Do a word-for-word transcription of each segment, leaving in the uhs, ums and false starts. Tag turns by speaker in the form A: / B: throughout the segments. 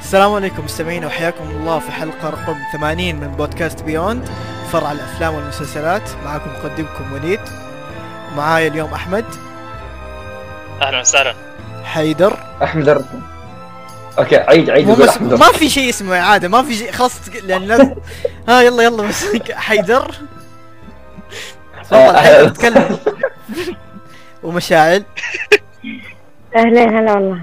A: السلام عليكم مستمعينا، وحياكم الله في حلقة رقم ثمانين من بودكاست بيوند، فرع الأفلام والمسلسلات. معكم مقدمكم وليد، ومعايا اليوم أحمد.
B: أهلا وسهلا.
A: حيدر.
C: أحمد الرقم. أوكي عيد عيد
A: مو
C: يقول
A: مس...
C: أحمد
A: ما في شيء اسمه إعادة، ما في شيء خلاص لأن لازم. ها يلا يلا بس حيدر تفضل حيدر تكلم. ومشاعل.
D: اهلين هلا والله.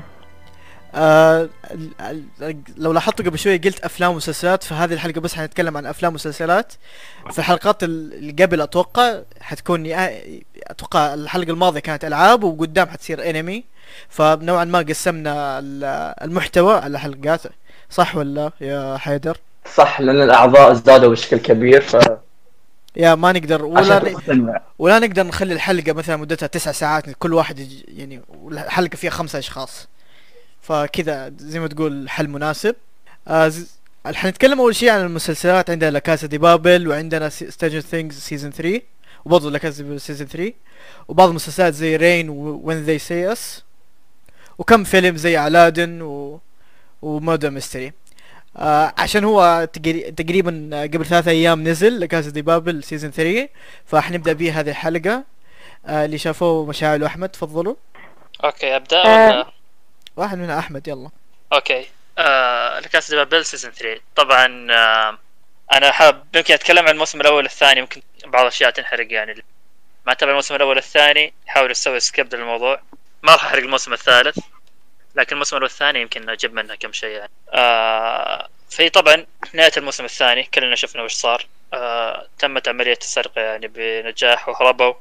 A: آه لو لاحظتوا قبل شوي قلت افلام ومسلسلات، فهذه الحلقه بس حنتكلم عن افلام ومسلسلات. في الحلقات اللي قبل اتوقع حتكون اتوقع الحلقه الماضيه كانت العاب، وقدام حتصير انمي، فنوعا ما قسمنا المحتوى على حلقات. صح ولا يا حيدر؟
C: صح، لان الاعضاء زادوا بشكل كبير، ف
A: يا ما نقدر ولا
C: ن...
A: ولا نقدر نخلي الحلقه مثلا مدتها تسع ساعات، كل واحد يجي يعني الحلقه فيها خمسة اشخاص، فكذا زي ما تقول حل مناسب. آه ز... حنتكلم اول شيء عن المسلسلات. عندنا لا كاسا دي بابل، وعندنا سترينجر ثينجز سيزون ثري، وبرضه لا كاسا دي بابل سيزون ثري، وبعض المسلسلات زي رين وين ذي سي اس، وكم فيلم زي علادن و ومودر ميستري. آه عشان هو تقري... تقريبا قبل ثلاثة ايام نزل لا كاسا دي بابل سيزون ثري، فحنبدا به هذه الحلقه. آه اللي شافوه مشاعل واحمد تفضلوا.
B: اوكي ابدا ولا
A: واحد منها احمد؟ يلا.
B: اوكي. آه لكاس دي بابل سيزون ثري طبعا. آه انا حاب يمكن اتكلم عن الموسم الاول والثاني، ممكن بعض الاشياء تنحرق، يعني ما تابع الموسم الاول والثاني يحاول يسوي سكيب للموضوع. ما راح احرق الموسم الثالث، لكن الموسم الاول والثاني يمكن اجيب منها كم شيء يعني. آه في طبعا نهاية الموسم الثاني كلنا شفنا وش صار. آه تمت عملية السرقة يعني بنجاح، وهربوا،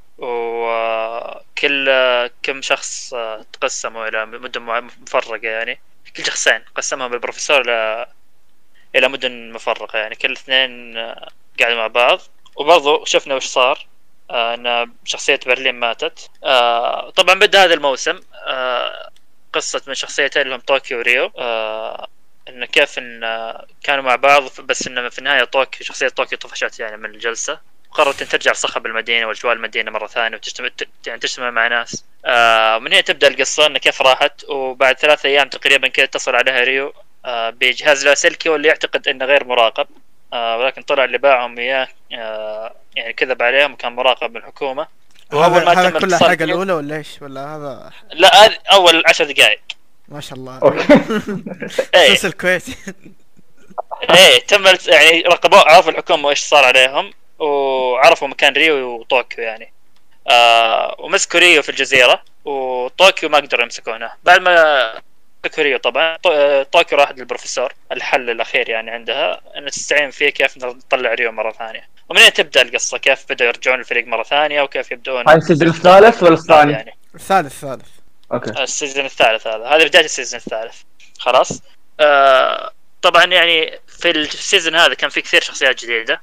B: وكل كم شخص آه تقسموا إلى مدن مفرقة، يعني كل شخصين قسمهم بالبروفيسور إلى إلى مدن مفرقة، يعني كل اثنين آه قاعدوا مع بعض. وبرضو شفنا وش صار، آه أن شخصية برلين ماتت. آه طبعا بدأ هذا الموسم آه قصة من شخصيتين اللي هم طوكيو وريو، آه إن كيف إن كانوا مع بعض، بس إن في النهاية طوكيو شخصية طوكيو طفشت يعني من الجلسة، وقررت إن ترجع صخب المدينة والجوال المدينة مرة ثانية، وتجتمع يعني تجتمع مع ناس. آه ومن هنا تبدأ القصة إن كيف راحت. وبعد ثلاثة أيام تقريبا كده اتصل عليها ريو آه بجهاز لاسلكي، واللي يعتقد إنه غير مراقب، آه ولكن طلع اللي باعهم إياه آه يعني كذب عليهم وكان مراقب من الحكومة.
A: وأول ما تم كل الحلقة الأولى ولا إيش ولا هذا؟
B: لا هذه أول عشر دقائق.
A: ما شاء الله.
B: مسلسل
A: كويتي.
B: ايه تم يعني رقبوا، عرفوا الحكومة ايش صار عليهم، وعرفوا مكان ريو وطوكيو يعني. آه ومسكوا ريو في الجزيرة، وطوكيو ما قدروا يمسكونه. بعد ما مسكوا ريو طبعا طوكيو راحت للبروفيسور، الحل الأخير يعني عندها أن تستعين فيه كيف نطلع ريو مرة ثانية. ومن هنا تبدأ القصة، كيف بدأوا يرجعون الفريق مرة ثانية، وكيف يبدأون.
C: هاي السيزون الثالث ولا الثاني؟
B: يعني
A: الثالث الثالث
C: اوكي
B: السيزون الثالث هذا هذا بداية السيزون الثالث خلاص. آه طبعا يعني في السيزون هذا كان في كثير شخصيات جديدة،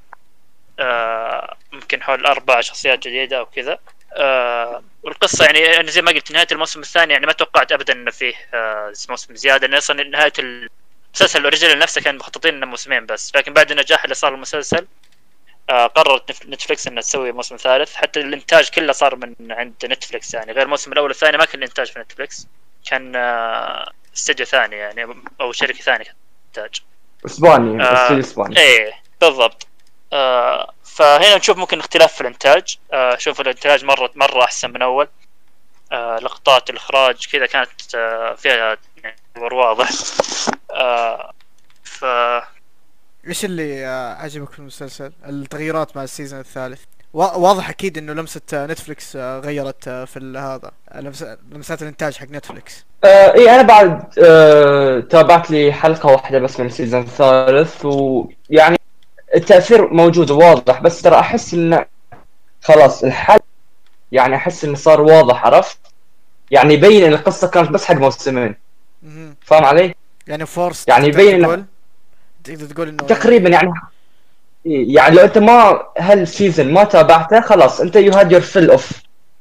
B: آه ممكن حول أربع شخصيات جديدة أو كذا. آه والقصة يعني أنا زي ما قلت نهاية الموسم الثاني يعني ما توقعت أبدا إن فيه آه موسم زيادة، لأن أصلا نهاية المسلسل الأوريجينال نفسه كان مخططين إنه موسمين بس، لكن بعد النجاح اللي صار المسلسل آه قررت نتفليكس إنها تسوي موسم ثالث. حتى الإنتاج كله صار من عند نتفليكس، يعني غير الموسم الأول والثاني ما كان الإنتاج في نتفليكس، كان آه استديو ثاني يعني أو شركة ثانية إنتاج
C: اسباني.
B: آه
C: استديو اسباني.
B: ايه بالضبط. آه فهنا نشوف ممكن اختلاف في الانتاج. آه شوف الانتاج مرة مرة احسن من اول. آه لقطات الاخراج كذا كانت آه فيها يعني واضح. آه ف
A: ايش اللي آه عجبك في المسلسل؟ التغييرات مع السيزون الثالث واضح اكيد انه لمسة نتفليكس آه غيرت آه في هذا لمسات الانتاج حق نتفليكس.
C: آه اي انا بعد آه تابعت لي حلقة واحدة بس من السيزون الثالث، ويعني التأثير موجود وواضح، بس ترى احس انه خلاص الحل يعني احس انه صار واضح، عرفت يعني يبين ان القصة كانت بس حق موسمين. فاهم علي؟
A: يعني فورس
C: يعني يبين انه
A: تقدر تقول انه
C: تقريبا يعني يعني لو انت ما هالسيزون ما تابعته خلاص انت يو هاد يور فيل اوف.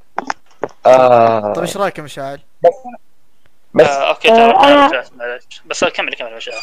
A: طيب ايش رايك يا مشاعل؟
C: بس بس
B: آه اوكي تمام أنا... بس كمل كمل مشاعل.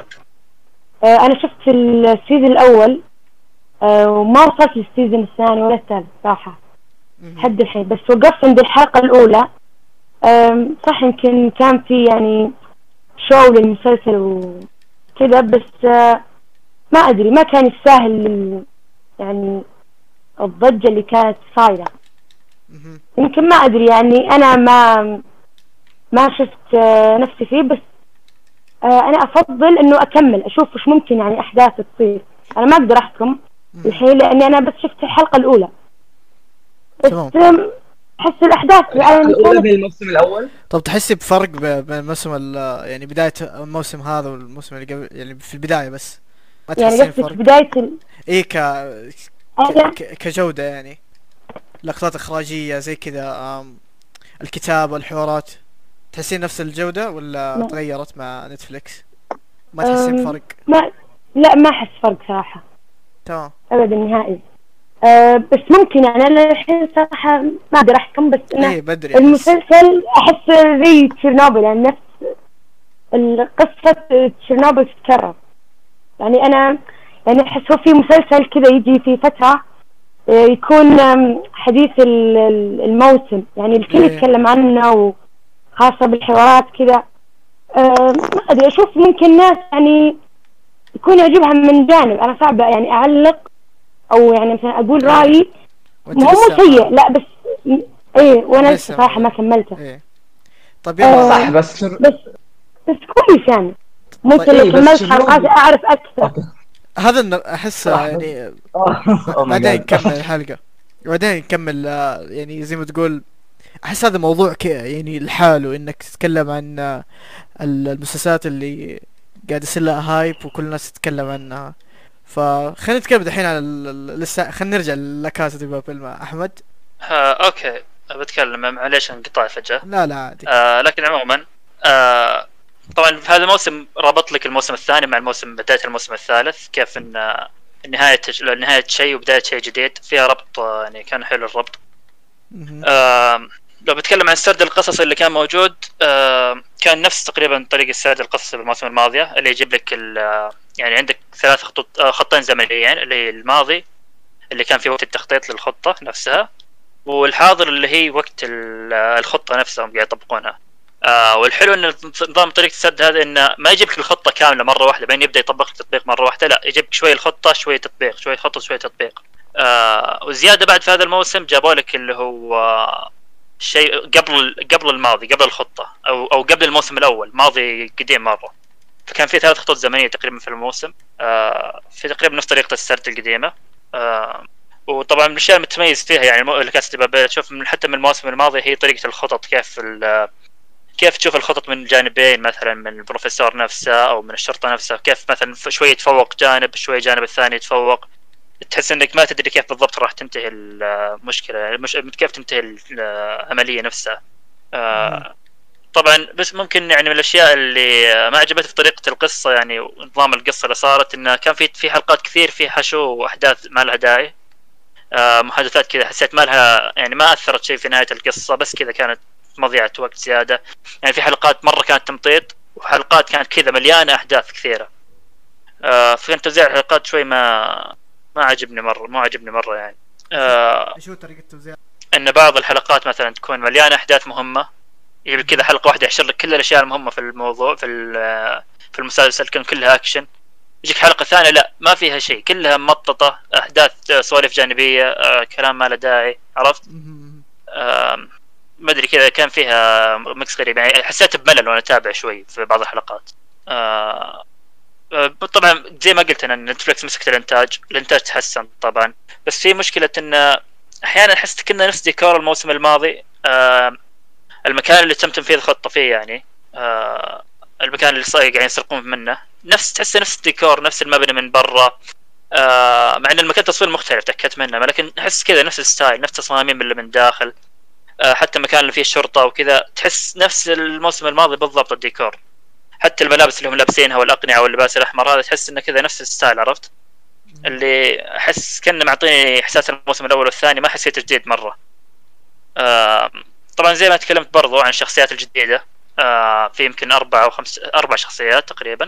D: آه انا شفت السيزون الاول آه وما وصلت للسيزون الثاني ولا الثالث صراحه لحد الحين، بس وقفت عند الحلقه الاولى. صح يمكن كان في يعني شو للمسلسل كذا، بس آه ما ادري ما كان يستاهل ال- يعني الضجة اللي كانت صايرة.
A: مهم.
D: يمكن ما ادري يعني انا ما ما شفت آه نفسي فيه، بس آه انا افضل انه اكمل اشوف وش ممكن يعني احداث تصير. انا ما اقدر احكم
A: مهم.
D: الحين لاني انا بس شفت الحلقة الاولى، بس
A: تمام.
D: آم، احس الاحداث
C: الحلقه
D: يعني
C: الاولى
D: كانت
C: من الموسم الاول.
A: طب تحسي بفرق ب- بين الموسم ال- يعني بداية الموسم هذا والموسم اللي قبل، يعني في البداية بس ما
D: يعني
A: تحسين
D: قصدك
A: فرق؟
D: بداية ال...
A: ايه ك... ك...
D: أنا
A: ك... كجودة يعني، لقطات إخراجية زي كذا، آم، الكتابة، الحوارات، تحسين نفس الجودة ولا
D: ما...
A: تغيرت مع نتفليكس؟ ما تحسين
D: أم...
A: بفرق؟
D: ما لا ما أحس فرق صراحة
A: تمام.
D: أبدا نهائي. أه بس ممكن يعني أنا الحين صراحة ما أقدر أحكم، بس إنه
A: ايه بدري احس.
D: المسلسل أحس زي تشيرنوبل، يعني نفس القصة تشيرنوبل تتكرر. يعني أنا يعني أحس هو في مسلسل كذا يجي في فترة آه، يكون آم، حديث ال- ال- الموسم، يعني الكل
A: إيه.
D: يتكلم عنه وخاصة بالحوارات كذا. آه، ما أدري أشوف ممكن ناس يعني يكون يعجبها من جانب، أنا صعبة يعني أعلق أو يعني مثلا أقول رأيي.
A: وانت
D: ما هو
A: لسه
D: مو سيء
A: ما...
D: لا، بس إيه وأنا
A: لسه
D: لسه صراحة ما
A: ما...
D: كملته.
A: ايه. طب
D: آه،
C: صح
A: يلا.
C: بس شر...
D: بس بس كويس يعني، ممكن لو
C: ايه بس
D: كملت حلقات
C: شرنوبل.
D: أعرف أكثر.
C: اوكي
A: هذا الن- احس
C: صح بس
A: يعني
C: اوه
A: ب-
C: ماي
A: بعدين
C: جاد.
A: نكمل الحلقة، بعدين نكمل، آه، يعني زي ما تقول احس هذا موضوع ك يعني لحاله، انك تتكلم عن آه، ال- المسلسلات اللي قاعد يصير لها هايب وكل الناس تتكلم عنها. فخلينا نتكلم دحين على ال- ال- لسه خلينا نرجع لكاسة دي بابل مع احمد.
B: آه اوكي، بتكلم معليش انقطع فجأة.
A: لا لا عادي.
B: آه لكن عموما آه طبعا في هذا الموسم رابط لك الموسم الثاني مع الموسم بداية الموسم الثالث، كيف ان آه، نهاية نهاية شيء وبداية شيء جديد، فيها ربط آه، يعني كان حلو الربط.
A: مهم.
B: آه لو بتكلم عن السرد القصصي اللي كان موجود، آه كان نفس تقريبا طريقة السرد القصصي بالموسم الماضية، اللي يجيب لك ال- آه، يعني عندك ثلاث خطوط، آه، خطين زمنيين، اللي هي الماضي اللي كان في وقت التخطيط للخطة نفسها، والحاضر اللي هي وقت ال- آه، الخطة نفسها هم قاعد يطبقونها. آه والحلو ان نظام طريقة السرد هذا انه ما يجيب لك الخطة كاملة مرة واحدة بين يبدأ يطبق لك تطبيق مرة واحدة، لا يجيب لك شوية الخطة شوية تطبيق، شوية خطة شوية تطبيق. آه وزيادة بعد في هذا الموسم جابوا لك اللي هو آه، شيء قبل قبل الماضي، قبل الخطة او او قبل الموسم الاول، ماضي قديم مرة. فكان في ثلاث خطوط زمنية تقريبا في الموسم، آه في تقريبا نفس طريقة السرد القديمة. آه وطبعا من الاشياء المتميز فيها يعني المو- اللي كانت بابيل، تشوف من حتى من المواسم الماضية هي طريقة الخطط، كيف ال- كيف تشوف الخطط من جانبين، مثلا من البروفيسور نفسه او من الشرطة نفسها، كيف مثلا ف- شوية يتفوق جانب، شوية جانب الثاني يتفوق، تحس انك ما تدري كيف بالضبط راح تنتهي المشكلة، مش كيف تنتهي العملية نفسها.
A: مهم.
B: آه، طبعا بس ممكن يعني من الاشياء اللي ما عجبتني في طريقة القصة يعني ونظام القصة اللي صارت، انه كان في في حلقات كثير في حشو واحداث ما لها داعي، آه، محادثات كذا حسيت ما لها يعني ما اثرت شيء في نهاية القصة، بس كذا كانت مضيعة وقت زيادة. يعني في حلقات مرة كانت تمطيط، وحلقات كانت كذا مليانة احداث كثيرة. آه، فكان توزيع الحلقات شوي ما ما عجبني مرة، ما عجبني مرة يعني. آه،
A: شو طريقة توزيع؟
B: ان بعض الحلقات مثلا تكون مليانة احداث مهمة، يجيب لك كذا حلقة واحدة يحشر لك كل الاشياء المهمة في الموضوع في ال- في المسلسل، كان كلها اكشن. يجيك حلقة ثانية لا ما فيها شيء، كلها مططة احداث، آه، سوالف جانبية، آه، كلام ما له داعي، عرفت؟
A: مهم.
B: آم، ما ادري كذا كان فيها مكس غريب، يعني حسيت بملل وانا اتابع شوي في بعض الحلقات. آه، آه، طبعا زي ما قلت انا نتفلكس مسكت الانتاج، الانتاج تحسن طبعا، بس في مشكلة ان احيانا احس كنا نفس ديكور الموسم الماضي. آه، المكان اللي تم تنفيذ الخطة فيه يعني، آه، المكان اللي صاير قاعدين يسرقون منه، نفس تحس نفس الديكور، نفس المبنى من برا. آه، مع ان المكان تصوير مختلف تأكدت منه، لكن احس كذا نفس الستايل، نفس تصاميم اللي من داخل. آه، حتى المكان اللي فيه الشرطة وكذا تحس نفس الموسم الماضي بالضبط الديكور، حتى الملابس اللي هم لابسينها والأقنعة واللباس الأحمر هذا تحس إنه كذا نفس الستايل، عرفت؟ اللي أحس كأنه معطيني إحساس الموسم الأول والثاني، ما حسيت جديد مرة. آه، طبعا زي ما تكلمت برضو عن الشخصيات الجديدة، آه، في يمكن أربع أو خمس أربع شخصيات تقريبا.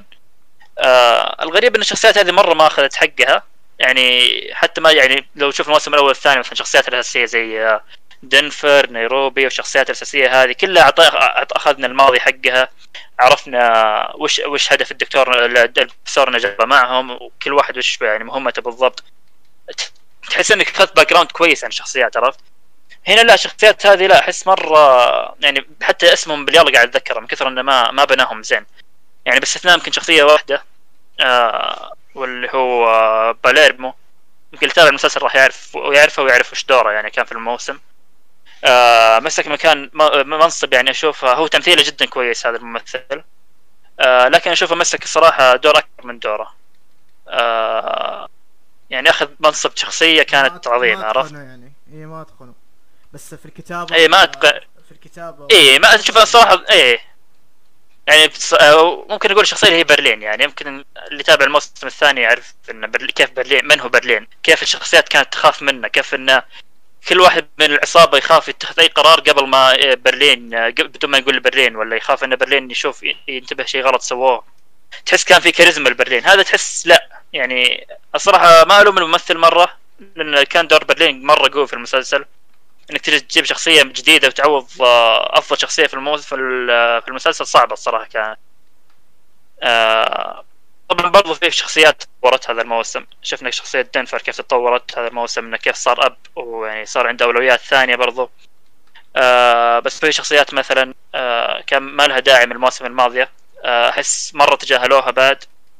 B: آه، الغريب إن الشخصيات هذه مرة ما أخذت حقها، يعني حتى ما يعني لو شوف الموسم الأول والثاني مثلا الشخصيات الأساسية زي آه، دنفر، نيروبي والشخصيات الأساسية هذه كلها أعطى أخذنا الماضي حقها. عرفنا وش وش هدف الدكتور البروفيسور نجابة معهم، وكل واحد وش يعني مهمته بالضبط. تحس انك اخذت باك جراوند كويس عن الشخصيات. عرفت؟ هنا لا، الشخصيات هذه لا، احس مره يعني حتى اسمهم باليلا قاعد اتذكرهم من كثر انه ما ما بناهم زين يعني، باستثناء يمكن شخصيه واحده آه واللي هو آه باليرمو. يمكن يتابع المسلسل راح يعرف ويعرفه ويعرف وش دوره يعني كان في الموسم. آه مسك مكان منصب يعني اشوفه هو تمثيله جدا كويس هذا الممثل، آه لكن اشوفه مسك الصراحه دور اكبر من دوره. آه يعني اخذ منصب شخصيه كانت عظيمه. عرفت
A: يعني اي ما اتقنوا بس في الكتابه
B: اي ما اتقن
A: في الكتابه
B: اي ما اشوف الصراحه اي يعني ممكن نقول الشخصيه اللي هي برلين يعني. يمكن اللي تابع الموسم الثاني يعرف ان برلين كيف برلين من هو برلين، كيف الشخصيات كانت تخاف منه، كيف انه كل واحد من العصابه يخاف يتخذ اي قرار قبل ما برلين بدون ما يقول لبرلين، ولا يخاف ان برلين يشوف ينتبه شيء غلط سووه. تحس كان في كاريزما البرلين هذا. تحس لا يعني الصراحه ما الوم الممثل مره، لان كان دور برلين مره قوي في المسلسل. انك تجي تجيب شخصيه جديده وتعوض افضل شخصيه في الموسم في المسلسل صعبه الصراحه كانت. طبعا برضو في شخصيات تطورت هذا الموسم. شفنا شخصيه دنفر كيف تطورت هذا الموسم، انه كيف صار اب ويعني صار عنده اولويات ثانيه برضو. بس في شخصيات مثلا كان ما لها داعي من المواسم الماضيه، احس مره تجاهلوها بعد.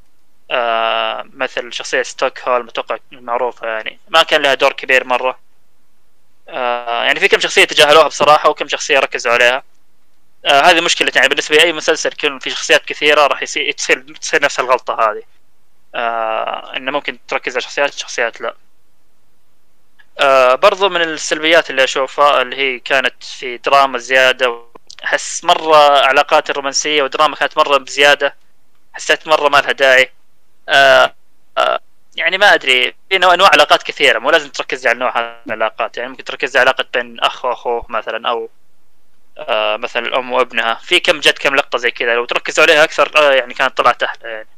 B: مثل شخصيه ستوكهولم اتوقع معروفه يعني ما كان لها دور كبير مره. آه يعني في كم شخصية تجاهلوها بصراحة، وكم شخصية ركزوا عليها. آه هذه مشكلة يعني بالنسبة لأي مسلسل يكون في شخصيات كثيرة راح يصير تصير تصير نفس الغلطة هذه. آه إنه ممكن تركز على شخصيات شخصيات لا. آه برضو من السلبيات اللي أشوفها اللي هي كانت في دراما زيادة. أحس مرة علاقات الرومانسية ودراما كانت مرة بزيادة، حسيت مرة ما لها داعي. آه آه يعني ما ادري في نوع انواع علاقات كثيره، مو لازم تركز على نوع هذه العلاقات يعني. ممكن تركز على علاقه بين اخ واخوه مثلا، او آه مثلا الام وابنها. في كم جد كم لقطه زي كذا لو تركزوا عليها اكثر آه يعني كانت طلعت احلى يعني.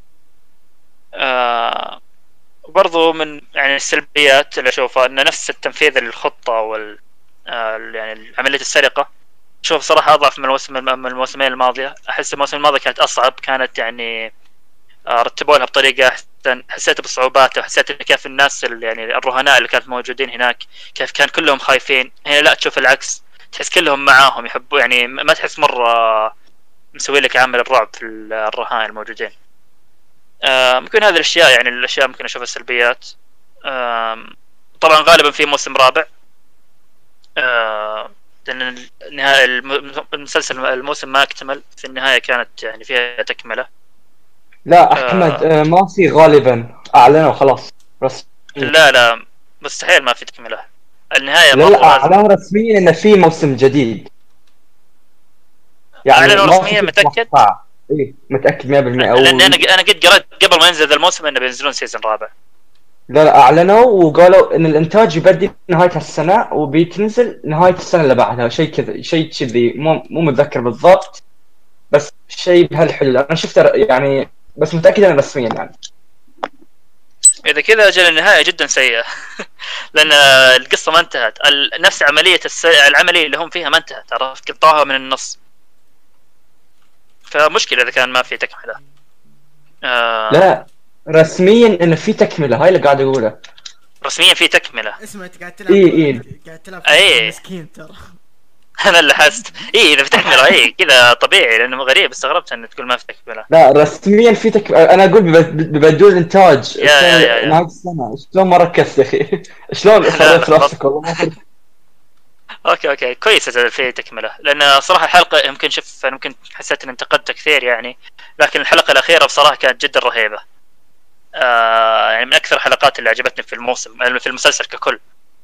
B: آه وبرضو من يعني السلبيات اللي اشوفها ان نفس التنفيذ للخطه وال آه يعني عمليه السرقه شوف صراحه اضعف من الموسم من الموسمين الماضيه. احس الموسم الماضي كانت اصعب، كانت يعني رتبوا لها بطريقه احسن، حسيت بصعوباتها وحسيت كيف الناس اللي يعني الرهناء اللي كانت موجودين هناك كيف كان كلهم خايفين. هنا لا، تشوف العكس، تحس كلهم معاهم يحبوا يعني، ما تحس مره مسوي لك عامل الرعب في الرهائن الموجودين. آه ممكن هذه الاشياء يعني الاشياء ممكن اشوفها السلبيات. آه طبعا غالبا في موسم رابع، آه لان النهايه المسلسل الموسم ما اكتمل، في النهايه كانت يعني فيها تكمله.
C: لا احمد آه ما في غالبا اعلنوا خلاص رسميا.
B: لا لا مستحيل ما في تكمله. النهايه
C: لا لا اعلنوا رسميا ان في موسم جديد
B: يعني. اعلنوا رسميا متاكد؟
C: ايه متاكد مية بالمية.
B: أو... لان انا انا قد قرأت قبل ما ينزل الموسم انه بينزلون سيزون رابع.
C: لا لا اعلنوا وقالوا ان الانتاج يبدي نهايه السنه وبيتنزل نهايه السنه اللي بعدها، شيء كذا شيء كذي، مو مو متذكر بالضبط بس شيء بهالحدود. انا شفته يعني بس متاكد انه رسميا يعني.
B: اذا كذا اجل النهايه جدا سيئه لان القصه ما انتهت. نفس عمليه الس... العمليه اللي هم فيها ما انتهت، عرفت؟ قطعوها من النص، فمشكله اذا كان ما في تكمله.
C: آه... لا رسميا انه في تكمله، هاي اللي قاعد اقوله.
B: رسميا في تكمله.
A: اسمع انت قاعد تلعب
C: إيه إيه.
A: قاعد تلعب
B: أيه.
A: مسكين ترى
B: انا اللي حست اي اذا في تكمله اي كذا طبيعي، لانه غريب استغربت ان تقول ما في تكمله.
C: لا رسميا في تكمله، انا اقول ببدون انتاج
B: نهايه
C: السنه. شلون ما ركزت يا اخي؟ شلون خربت راسك والله.
B: اوكي اوكي كويس اذا في تكمله، لان صراحه الحلقه يمكن شوف انا ممكن حسيت ان انتقدت كثير يعني، لكن الحلقه الاخيره بصراحه كانت جدا رهيبه. آه يعني من اكثر الحلقات اللي عجبتني في الموسم في المسلسل ككل.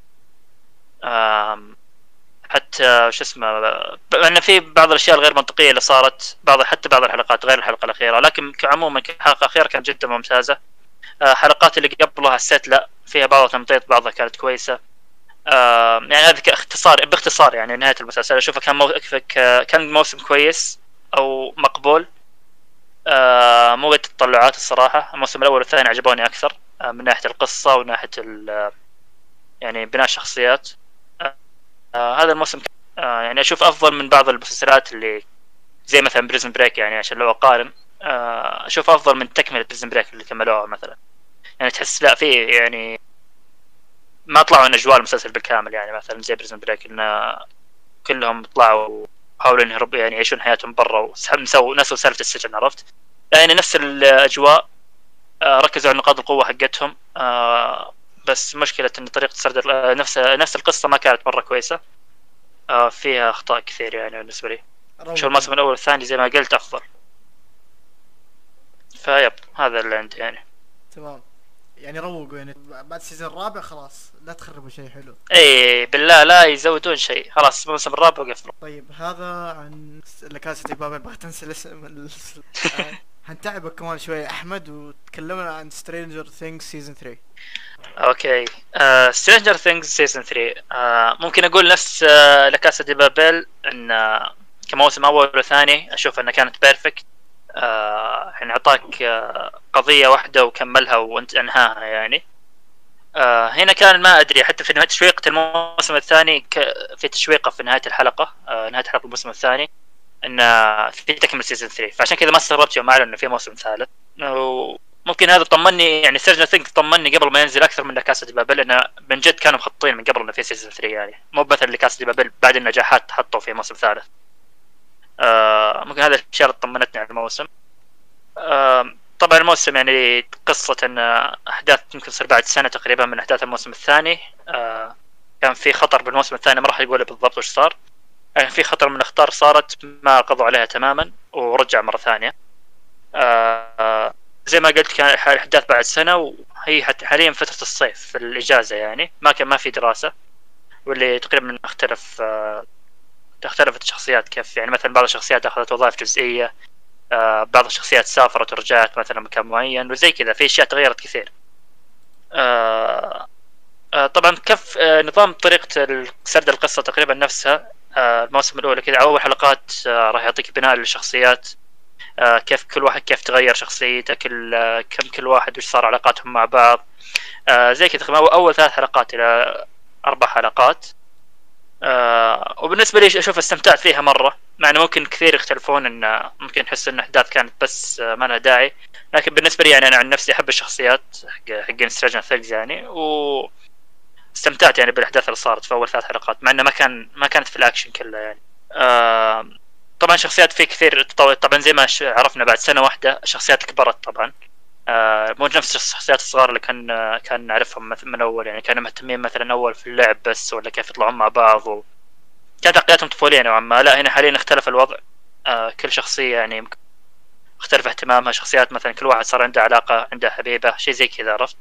B: آه حتى شو اسمه ان في بعض الاشياء الغير منطقيه اللي صارت، بعض حتى بعض الحلقات غير الحلقه الاخيره، لكن كعموما الحلقه الاخيره كانت جدا ممتازه. آه حلقات اللي قبلها حسيت لا فيها بعض تمطيط، بعضها كانت كويسه. آه يعني هذا كاختصار باختصار يعني نهايه المسلسل اشوفه كان مو... كان موسم كويس او مقبول. آه مو قد التطلعات الصراحه. الموسم الاول والثاني عجبوني اكثر آه من ناحيه القصه وناحيه يعني بناء الشخصيات. آه هذا الموسم آه يعني اشوف افضل من بعض المسلسلات اللي زي مثلا بريزن بريك يعني عشان لو اقارن آه، اشوف افضل من تكمله بريزن بريك اللي كملوها مثلا. يعني تحس لا في يعني ما طلعوا عن اجواء المسلسل بالكامل، يعني مثلا زي بريزن بريك ان كلهم طلعوا حاولوا يهربوا يعني يعيشون حياتهم برا وسووا نسوا سالفه السجن، عرفت؟ يعني نفس الاجواء، آه، ركزوا على نقاط القوه حقتهم، آه، بس مشكله ان طريقه سرد آه، نفس نفس القصه ما كانت مره كويسه، آه، فيها اخطاء كثير يعني بالنسبه لي. شو الموسم الاول والثاني زي ما قلت افضل. فيب هذا اللي عندي يعني.
A: تمام، يعني روقوا يعني بعد السيزون الرابع خلاص لا تخربوا شيء حلو.
B: اي بالله لا يزودون شيء، خلاص الموسم الرابع وقفلوا.
A: طيب هذا عن لكاسة بابل، بغيت تنسى الاسم ال- آه، هنتعبك كمان شوي احمد وتكلمنا عن سترينجر ثينجز سيزون ثري.
B: اوكي، سترينجر ثينجز سيزون ثري ممكن اقول نفس uh, لكاسة دي بابل ان uh, كموسم اول وثاني اشوف انها كانت بيرفكت. uh, يعني اعطاك uh, قضية واحدة وكملها وانت انهاها يعني. uh, هنا كان ما ادري حتى في نهاية تشويقة الموسم الثاني ك... في تشويقة في نهاية الحلقة، uh, نهاية حلقة الموسم الثاني ان في تكمل سيزون ثري، فعشان كذا ما استغربت يوم اعلن انه في موسم ثالث. وممكن هذا طمني يعني سيرجن ثينك طمني قبل ما ينزل اكثر من كاسة بابل، انه من جد كانوا مخططين من قبل انه في سيزون ثري، يعني مو مثل اللي كاسة بابل بعد النجاحات حطوا في موسم ثالث. آه ممكن هذا الاشياء اللي طمنتني على الموسم. آه طبعا الموسم يعني قصة ان احداث يمكن تصير بعد سنة تقريبا من احداث الموسم الثاني. آه كان في خطر بالموسم الثاني ما راح يقول بالضبط وش صار، يعني في خطر من الاخطار صارت ما قضوا عليها تماما ورجع مرة ثانية. آه زي ما قلت كان الاحداث بعد سنة، وهي حاليا فترة الصيف في الإجازة، يعني ما كان ما في دراسة، واللي تقريبا اختلف آه اختلفت الشخصيات كيف، يعني مثلا بعض الشخصيات أخذت وظائف جزئية، آه بعض الشخصيات سافرت ورجعت مثلا مكان معين وزي كذا، في أشياء تغيرت كثير. آه آه طبعا كيف آه نظام طريقة سرد القصة تقريبا نفسها. آه الموسم الأول كذا أول حلقات آه راح يعطيك بناء للشخصيات، آه كيف كل واحد كيف تغير شخصيته، كل آه كم كل واحد وش صار علاقاتهم مع بعض، آه زي كذا تقريبا أول ثلاث حلقات إلى أربع حلقات. آه وبالنسبة لي أشوف استمتعت فيها مرة، مع إنه ممكن كثير يختلفون إن ممكن يحس إن أحداث كانت بس آه ما لها داعي، لكن بالنسبة لي يعني أنا عن نفسي أحب الشخصيات حق حق سترينجر ثينجز يعني، و استمتعت يعني بالأحداث اللي صارت في أول ثلاث حلقات، مع إنه ما كان ما كانت في الأكشن كله يعني. آه طبعا شخصيات فيه كثير تطورت، طبعا زي ما عرفنا بعد سنة واحدة الشخصيات كبرت طبعا، آه مو نفس الشخصيات الصغار اللي كان آه كان نعرفهم من أول، يعني كانوا مهتمين مثلا أول في اللعب بس ولا كيف يطلعون مع بعض، و كانت عقلياتهم طفولية نوعا ما. لا هنا حاليا اختلف الوضع، آه كل شخصية يعني اختلف اهتمامها، شخصيات مثلا كل واحد صار عنده علاقة عنده حبيبة شيء زي كذا، عرفت؟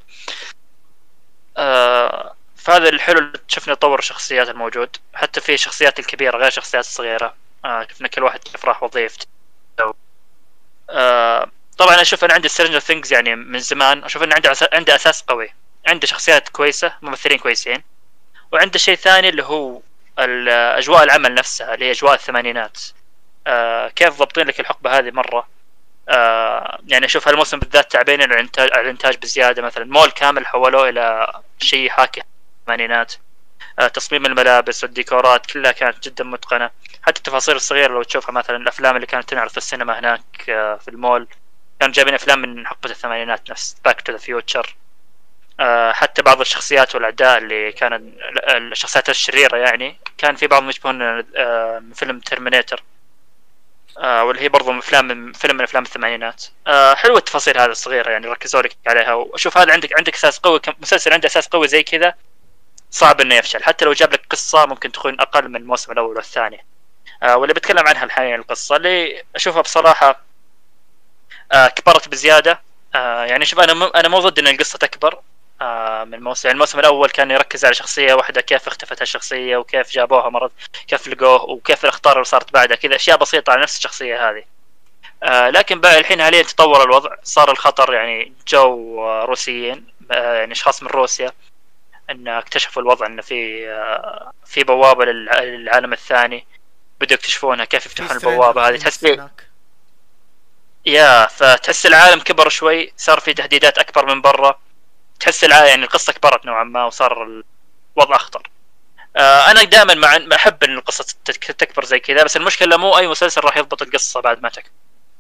B: آه فهذا الحلو اللي شفنا تطور الشخصيات الموجود، حتى في شخصيات الكبيرة غير الشخصيات الصغيرة، آه شفنا كل واحد كيف راح وظيفته. آه طبعا اشوف انا عندي سترينجر ثينجز يعني من زمان اشوف انه عنده أساس عنده اساس قوي، عنده شخصيات كويسة ممثلين كويسين، وعنده شيء ثاني اللي هو اجواء العمل نفسها اللي هي اجواء الثمانينات. آه كيف ضبطين لك الحقبة هذه مرة. آه يعني اشوف هالموسم بالذات تعبين على الانتاج على الانتاج بزياده، مثلا مول كامل حولوه الى شيء حاكي الثمانينات. آه تصميم الملابس والديكورات كلها كانت جدا متقنه، حتى التفاصيل الصغيره لو تشوفها مثلا الافلام اللي كانت تنعرض في السينما هناك آه في المول كانوا جايبين افلام من حقبه الثمانينات نفس باك تو ذا فيوتشر. حتى بعض الشخصيات والاعداء اللي كانت الشخصيات الشريره يعني كان في بعضهم يشبهون آه من فيلم ترمينيتر، آه واللي هي برضو من افلام من فيلم من افلام الثمانينات. آه حلوه التفاصيل هذه الصغيره يعني ركزوا لك عليها، واشوف هذا عندك عندك اساس قوي، مسلسل عنده اساس قوي زي كذا صعب انه يفشل، حتى لو جاب لك قصه ممكن تكون اقل من الموسم الاول والثاني. آه واللي بتكلم عنها الحين القصه اللي اشوفها بصراحه آه كبرت بزياده. آه يعني شوف انا م... انا مو ضد ان القصه تكبر آه من الموسم، يعني الموسم الاول كان يركز على شخصيه واحده كيف اختفت هالشخصيه وكيف جابوها مرض كيف لقوه وكيف الاخطار اللي صارت بعدها كذا اشياء بسيطه على نفس الشخصيه هذه. آه لكن بقى الحين حاليا تطور الوضع، صار الخطر يعني جو آه روسيين آه يعني اشخاص من روسيا ان اكتشفوا الوضع ان في آه في بوابه للعالم الثاني، بدوا يكتشفونها كيف يفتحون البوابه هذه. تحس يا فتحس العالم كبر شوي، صار في تهديدات اكبر من برا، تحس العالم يعني القصه كبرت نوعا ما وصار الوضع اخطر. آه انا دائما مع احب ان القصه تك- تكبر زي كذا، بس المشكله مو اي مسلسل راح يضبط القصه بعد ما تكبر.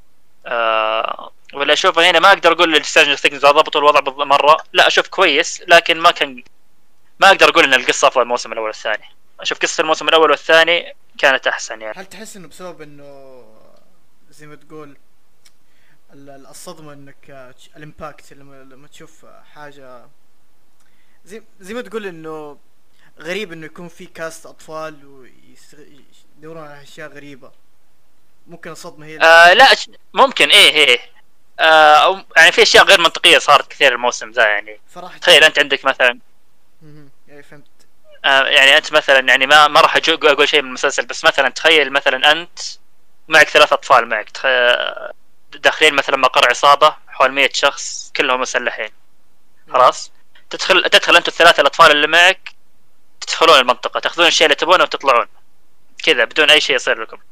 B: آه ولا اشوف هنا ما اقدر اقول لسترينجر ثينجز ضبطوا الوضع بالض- مره، لا اشوف كويس، لكن ما كان ما اقدر اقول ان القصه افضل الموسم الاول والثاني. اشوف قصه الموسم الاول والثاني كانت احسن يعني.
A: هل تحس انه بسبب انه زي ما تقول ال- ال- الصدمة انك آه، تش- الامباكت لما لما تشوف آه، حاجة زي زي ما تقول انه غريب انه يكون في كاست اطفال ويدورون على اشياء غريبة، ممكن الصدمة هي اللي
B: آه لا ش- ممكن ايه ايه آه أو يعني في اشياء غير منطقيه صارت كثير الموسم ذا يعني.
A: صراحة.
B: تخيل انت عندك مثلا
A: مهم. يعني فهمت.
B: آه يعني انت مثلا يعني ما ما راح أجو- اقول شيء من المسلسل، بس مثلا تخيل مثلا انت معك ثلاث اطفال معك تخ- داخلين مثلا مقر عصابه حول مية شخص كلهم مسلحين، خلاص تدخل تدخل انتم الثلاثه الاطفال اللي معك، تدخلون المنطقه تاخذون الشيء اللي تبونه وتطلعون كذا بدون اي شيء يصير لكم.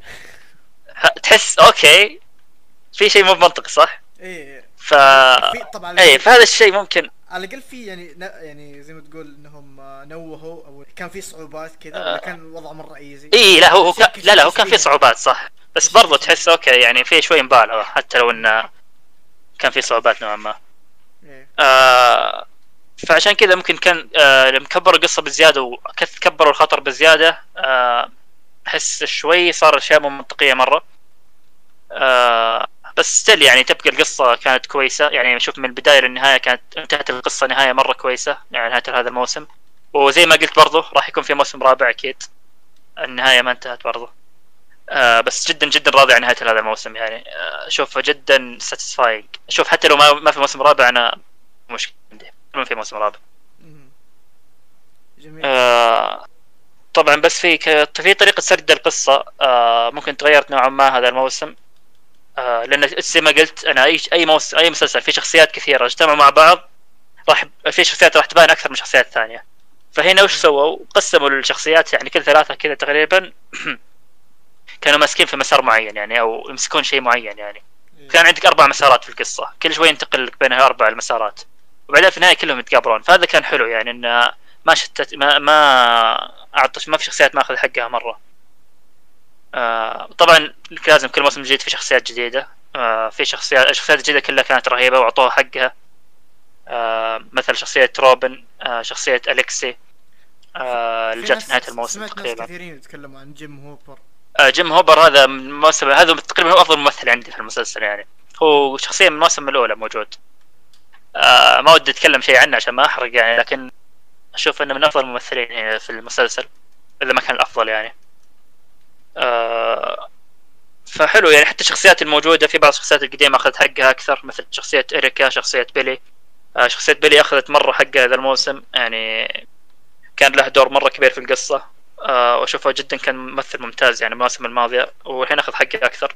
B: ه- تحس اوكي في شيء مو بمنطقي صح؟
A: ايه
B: ف
A: في طبعا على
B: اي
A: الأقل-
B: فهذا الشيء ممكن
A: على الاقل في يعني ن- يعني زي ما تقول انهم آه، نوهوا او كان في صعوبات كذا ولا كان الوضع مرة ايزي.
B: اي لا هو هو
A: شك-
B: كان لا لا هو كان في
A: تشويه.
B: صعوبات صح، بس
A: شك-
B: برضو
A: تشويه.
B: تحس اوكي يعني في شوي مبالغه حتى لو انه كان في صعوبات نوعا ما.
A: إيه.
B: آه فعشان كذا ممكن كان آه لما كبروا القصه بزياده وكبروا الخطر بزياده آه احس شوي صار اشياء مو منطقيه مره. آه بس ستيل يعني تبقى القصه كانت كويسه يعني، شوف من البدايه للنهايه كانت انتهت القصه نهايه مره كويسه يعني نهايه هذا الموسم. وزي ما قلت برضو راح يكون في موسم رابع اكيد، النهايه ما انتهت برضو. آه بس جدا جدا راضي عن نهايه هذا الموسم يعني. آه اشوفه جدا ساتيسفاينج. شوف حتى لو ما ما في موسم رابع انا مشكله عندي ما في موسم رابع.
A: مهم. جميل.
B: آه طبعا بس في ك- في طريقه سرد القصه آه ممكن تغيرت نوعا ما هذا الموسم. آه لان زي ما قلت انا اي اي موسم اي مسلسل في شخصيات كثيره اجتمعوا مع بعض راح في شخصيات راح تبان اكثر من شخصيات ثانيه. فهنا وش سووا؟ قسموا الشخصيات يعني كل ثلاثه كذا تقريبا كانوا ماسكين في مسار معين يعني او يمسكون شيء معين يعني.
A: إيه.
B: كان عندك اربع مسارات في القصه كل شوي ينتقل لك بين اربع المسارات وبعدين في النهايه كلهم يتقابلون، فهذا كان حلو يعني انه ما شتت ما ما اعطش ما في شخصيات ما اخذ حقها مره. آه طبعا لازم كل موسم جديد في شخصيات جديده. آه في شخصيات الشخصيات الجديده كلها كانت رهيبه واعطوها حقها. آه مثل شخصيه روبن، آه شخصيه اليكسي آه اللي
A: في
B: جت
A: ناس-
B: في نهايه الموسم
A: سمعت ناس
B: تقريبا.
A: كثيرين يتكلموا عن جيم هوبر.
B: آه جيم هوبر هذا من الموسم هذا تقريبا هو افضل ممثل عندي في المسلسل يعني، هو شخصيا من الموسم الاولى موجود. آه ما ودي اتكلم شيء عنه عشان ما احرق يعني، لكن اشوف انه من افضل الممثلين يعني في المسلسل اذا ما كان الافضل يعني. آه فحلو يعني حتى الشخصيات الموجوده في بعض الشخصيات القديمه اخذت حقها اكثر مثل شخصيه اريكا شخصيه بيلي. آه شخصيه بيلي اخذت مره حقها هذا الموسم يعني، كان له دور مره كبير في القصه. آه واشوفه جدا كان ممثل ممتاز يعني المواسم الماضيه والحين اخذ حقه اكثر.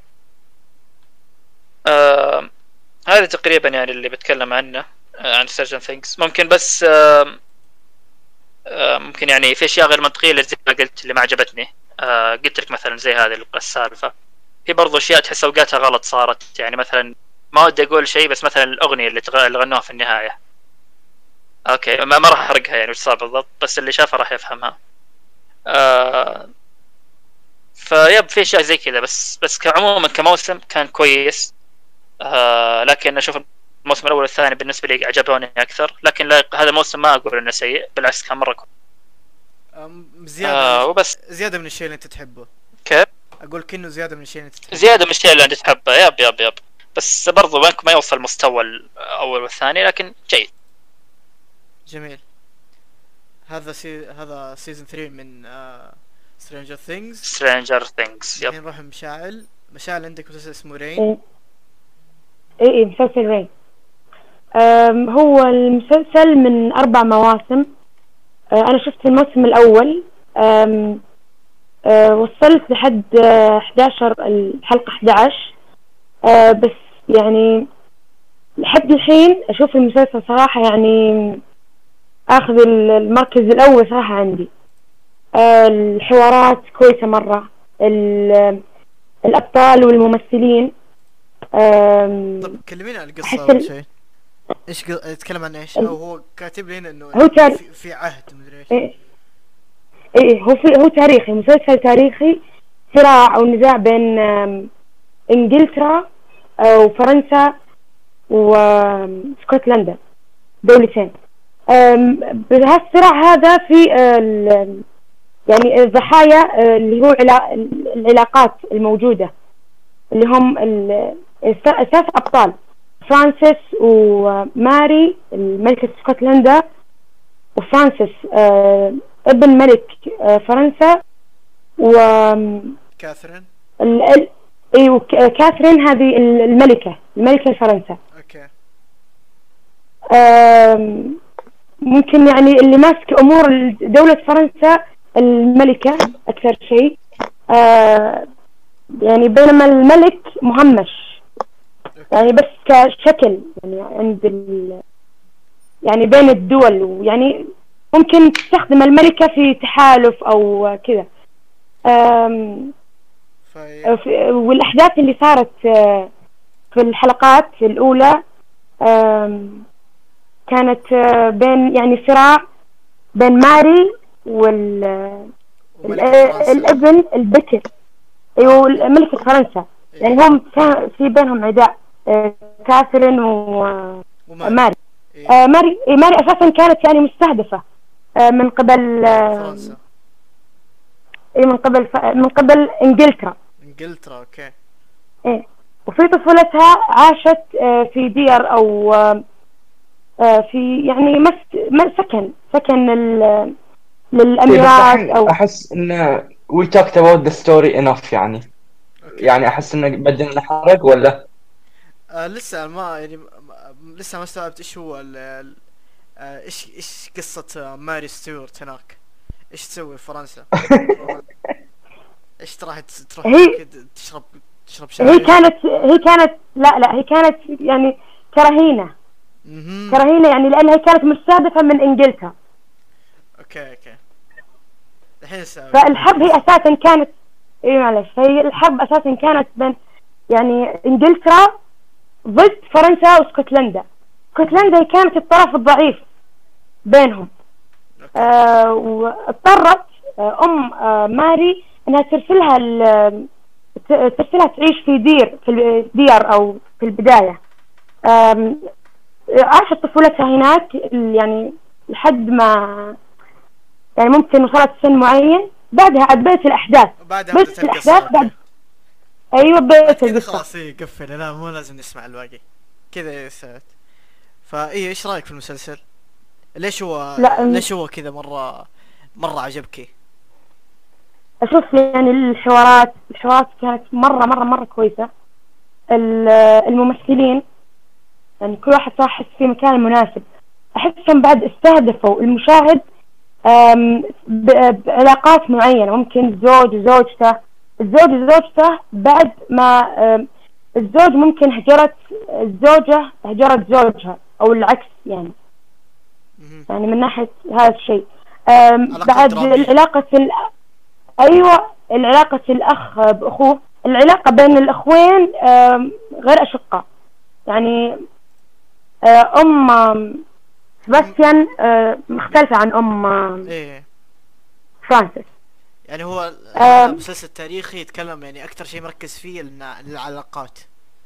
B: آه هذا تقريبا يعني اللي بتكلم عنه آه عن سيرجن ثينكس. ممكن بس آه آه ممكن يعني في اشياء غير منطقيه اللي زي ما قلت اللي ما عجبتني. آه قلت لك مثلا زي هذه السالفه، في برضو اشياء تحس اوقاتها غلط صارت يعني. مثلا ما ودي اقول شيء بس مثلا الاغنيه اللي, تغ... اللي غنوها في النهايه اوكي ما, ما راح احرقها يعني وش صار بالضبط، بس اللي شافها راح يفهمها. آه فيب في اشياء زي كذا بس بس كعموما كموسم كان كويس. آه لكن اشوف الموسم الاول والثاني بالنسبه لي عجبوني اكثر، لكن لا هذا الموسم ما اقول انه سيء بالعكس كان مره كويس.
A: أم، زيادة
B: آه وبس
A: زيادة من الشيء اللي انت تحبه.
B: كيف
A: اقول كأنه زيادة من الشيء اللي انت تحبه.
B: زياده من الشيء اللي انت تحبه يب يب يب بس برضو ما ما يوصل مستوى الاول والثاني لكن جيد.
A: جميل. هذا سي... هذا سيزون ثلاثة من سترينجر ثينجز.
B: سترينجر ثينكس يب.
A: الحين نروح مشاعل. مشاعل عندك مسلسل اسمه رين.
D: ايه ايه مسلسل رين. أم، هو المسلسل من أربع مواسم. أه، أنا شفت الموسم الأول. أم، أه، وصلت لحد أه، إحدى عشر الحلقة إحدى عشر. أه، بس يعني لحد الحين أشوف المسلسل صراحة يعني أخذ المركز الأول صراحة عندي. أه، الحوارات كويسة مرة، ال- الأبطال والممثلين. أم،
A: طب كلمينا عن القصة
D: أحس
A: أول
D: ال-
A: شيء. ايش ق... يتكلم عن ايش؟ او هو كاتب لي هنا انه
D: هو كان-
A: في, في عهد مدري ايش.
D: إيه ايه هو في هو تاريخي، مسلسل تاريخي، صراع او نزاع بين آم، انجلترا آه، وفرنسا واسكتلندا، دولتين. آم، بهالصراع هذا في آه، ال- يعني الضحايا آه، اللي هو علا- العلاقات الموجودة، اللي هم ال- الس- الثلاث أبطال، فرانسيس وماري الملكة اسكتلندا، وفرانسيس آه، ابن ملك آه، فرنسا، و
A: كاثرين.
D: ال... ال... ايوه ك- كاثرين هذه ال- الملكة الملكة فرنسا.
A: اوكي.
D: آم، ممكن يعني اللي ماسك امور دولة فرنسا الملكة اكثر شيء، آه، يعني بينما الملك مهمش، يعني بس كشكل يعني عند ال... يعني بين الدول، ويعني ممكن تستخدم الملكة في تحالف او كذا. آم،
A: في
D: في- والأحداث اللي صارت آه، في الحلقات الأولى آم، كانت آه، بين يعني صراع بين ماري وال آه،
A: وملكة فرنسا.
D: الابن البكر، أيوة ملكة فرنسا. يعني هم كان في بينهم عداء، آه، كاثرين وماري.
A: وماري. إيه.
D: آه، ماري إيه، ماري أساسا كانت يعني مستهدفة آه، من قبل آه،
A: فرنسا.
D: إيه من قبل ف- من قبل إنجلترا.
A: انجلترا. اوكي.
D: إيه. وفي طفولتها عاشت آه، في ديار أو آه، آه، في يعني مس مس- سكن سكن لل
C: إيه، بس
D: للأميرات
C: الحين
D: أو
C: احس ان we talked about the story enough يعني.
A: اوكي.
C: يعني احس انه بدنا نحرق ولا
A: آه لسه ما يعني م- م- لسه ما استوعبت ايش هو ال ال- آه ايش ايش قصة آه، ماري ستيوارت هناك، ايش تسوي في فرنسا؟ ايش تروح تروح
D: هي-
A: كده تشرب تشرب
D: هي
A: شاي؟
D: كانت هي كانت لا لا هي كانت يعني كرهينة
A: مهم.
D: كرهينة يعني لأنها كانت مستهدفة من إنجلترا.
A: اوكي اوكي. الحين استوعبت.
D: فالحرب هي أساسا كانت إيه معلش هي الحرب أساسا كانت بين يعني إنجلترا ضد فرنسا واسكتلندا. اسكتلندا كانت الطرف الضعيف بينهم.
A: أوكي.
D: آه واضطرت آه ام آه ماري انها ترسلها ال- ت- ترسلها تعيش في دير في الديار او في البداية. آم، عاشت طفولتها هناك ال- يعني لحد ما يعني ممكن وصلت سن معين، بعدها عاد بدأت الاحداث
A: بعدها
D: بس
A: بدأت
D: الأحداث
A: القصة.
D: بعد
A: اوكي.
D: ايوه
A: بعد
D: بدأت
A: كذا
D: القصة.
A: خلاص ايه قفل، لا مو لازم نسمع الباقي كذا سويت. فايه ايش رايك في المسلسل؟ ليش هو
D: لا، أم-
A: ليش هو كذا مرة مرة عجبك؟
D: اشوف يعني الحوارات الحوارات كانت مرة مرة مرة كويسة. ال- الممثلين يعني كل واحد صح أحس في مكان مناسب. أحسهم بعد استهدفوا المشاهد آم، ب- بعلاقات معينة، ممكن زوج وزوجته، الزوج وزوجته بعد ما آم، الزوج ممكن هجرت الزوجة هجرت زوجها أو العكس يعني.
A: مهم.
D: يعني من ناحية هذا الشيء آم،
A: علاقات
D: بعد
A: درامية.
D: العلاقة ال... أيوة العلاقة الأخ بأخوه، العلاقة بين الأخوين آم، غير أشقاء يعني. آه، أم آم، سباستيان آه، مختلفة عن أم آم،
A: ايه
D: فرانسيس.
A: يعني هو
D: آه.
A: هذا مسلسل تاريخي يتكلم يعني اكثر شيء مركز فيه النا- العلاقات.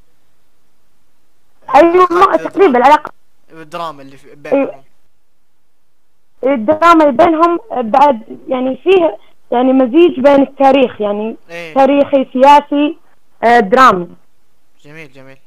D: أيوة
A: علاقات
D: ما-
A: كذا
D: تقريبا
A: درامية.
D: العلاقة
A: الدراما اللي في بينهم.
D: الدراما اللي بينهم آه، بعد يعني فيه يعني مزيج بين التاريخ يعني
A: ايه
D: تاريخي سياسي آه، درامي.
A: جميل جميل.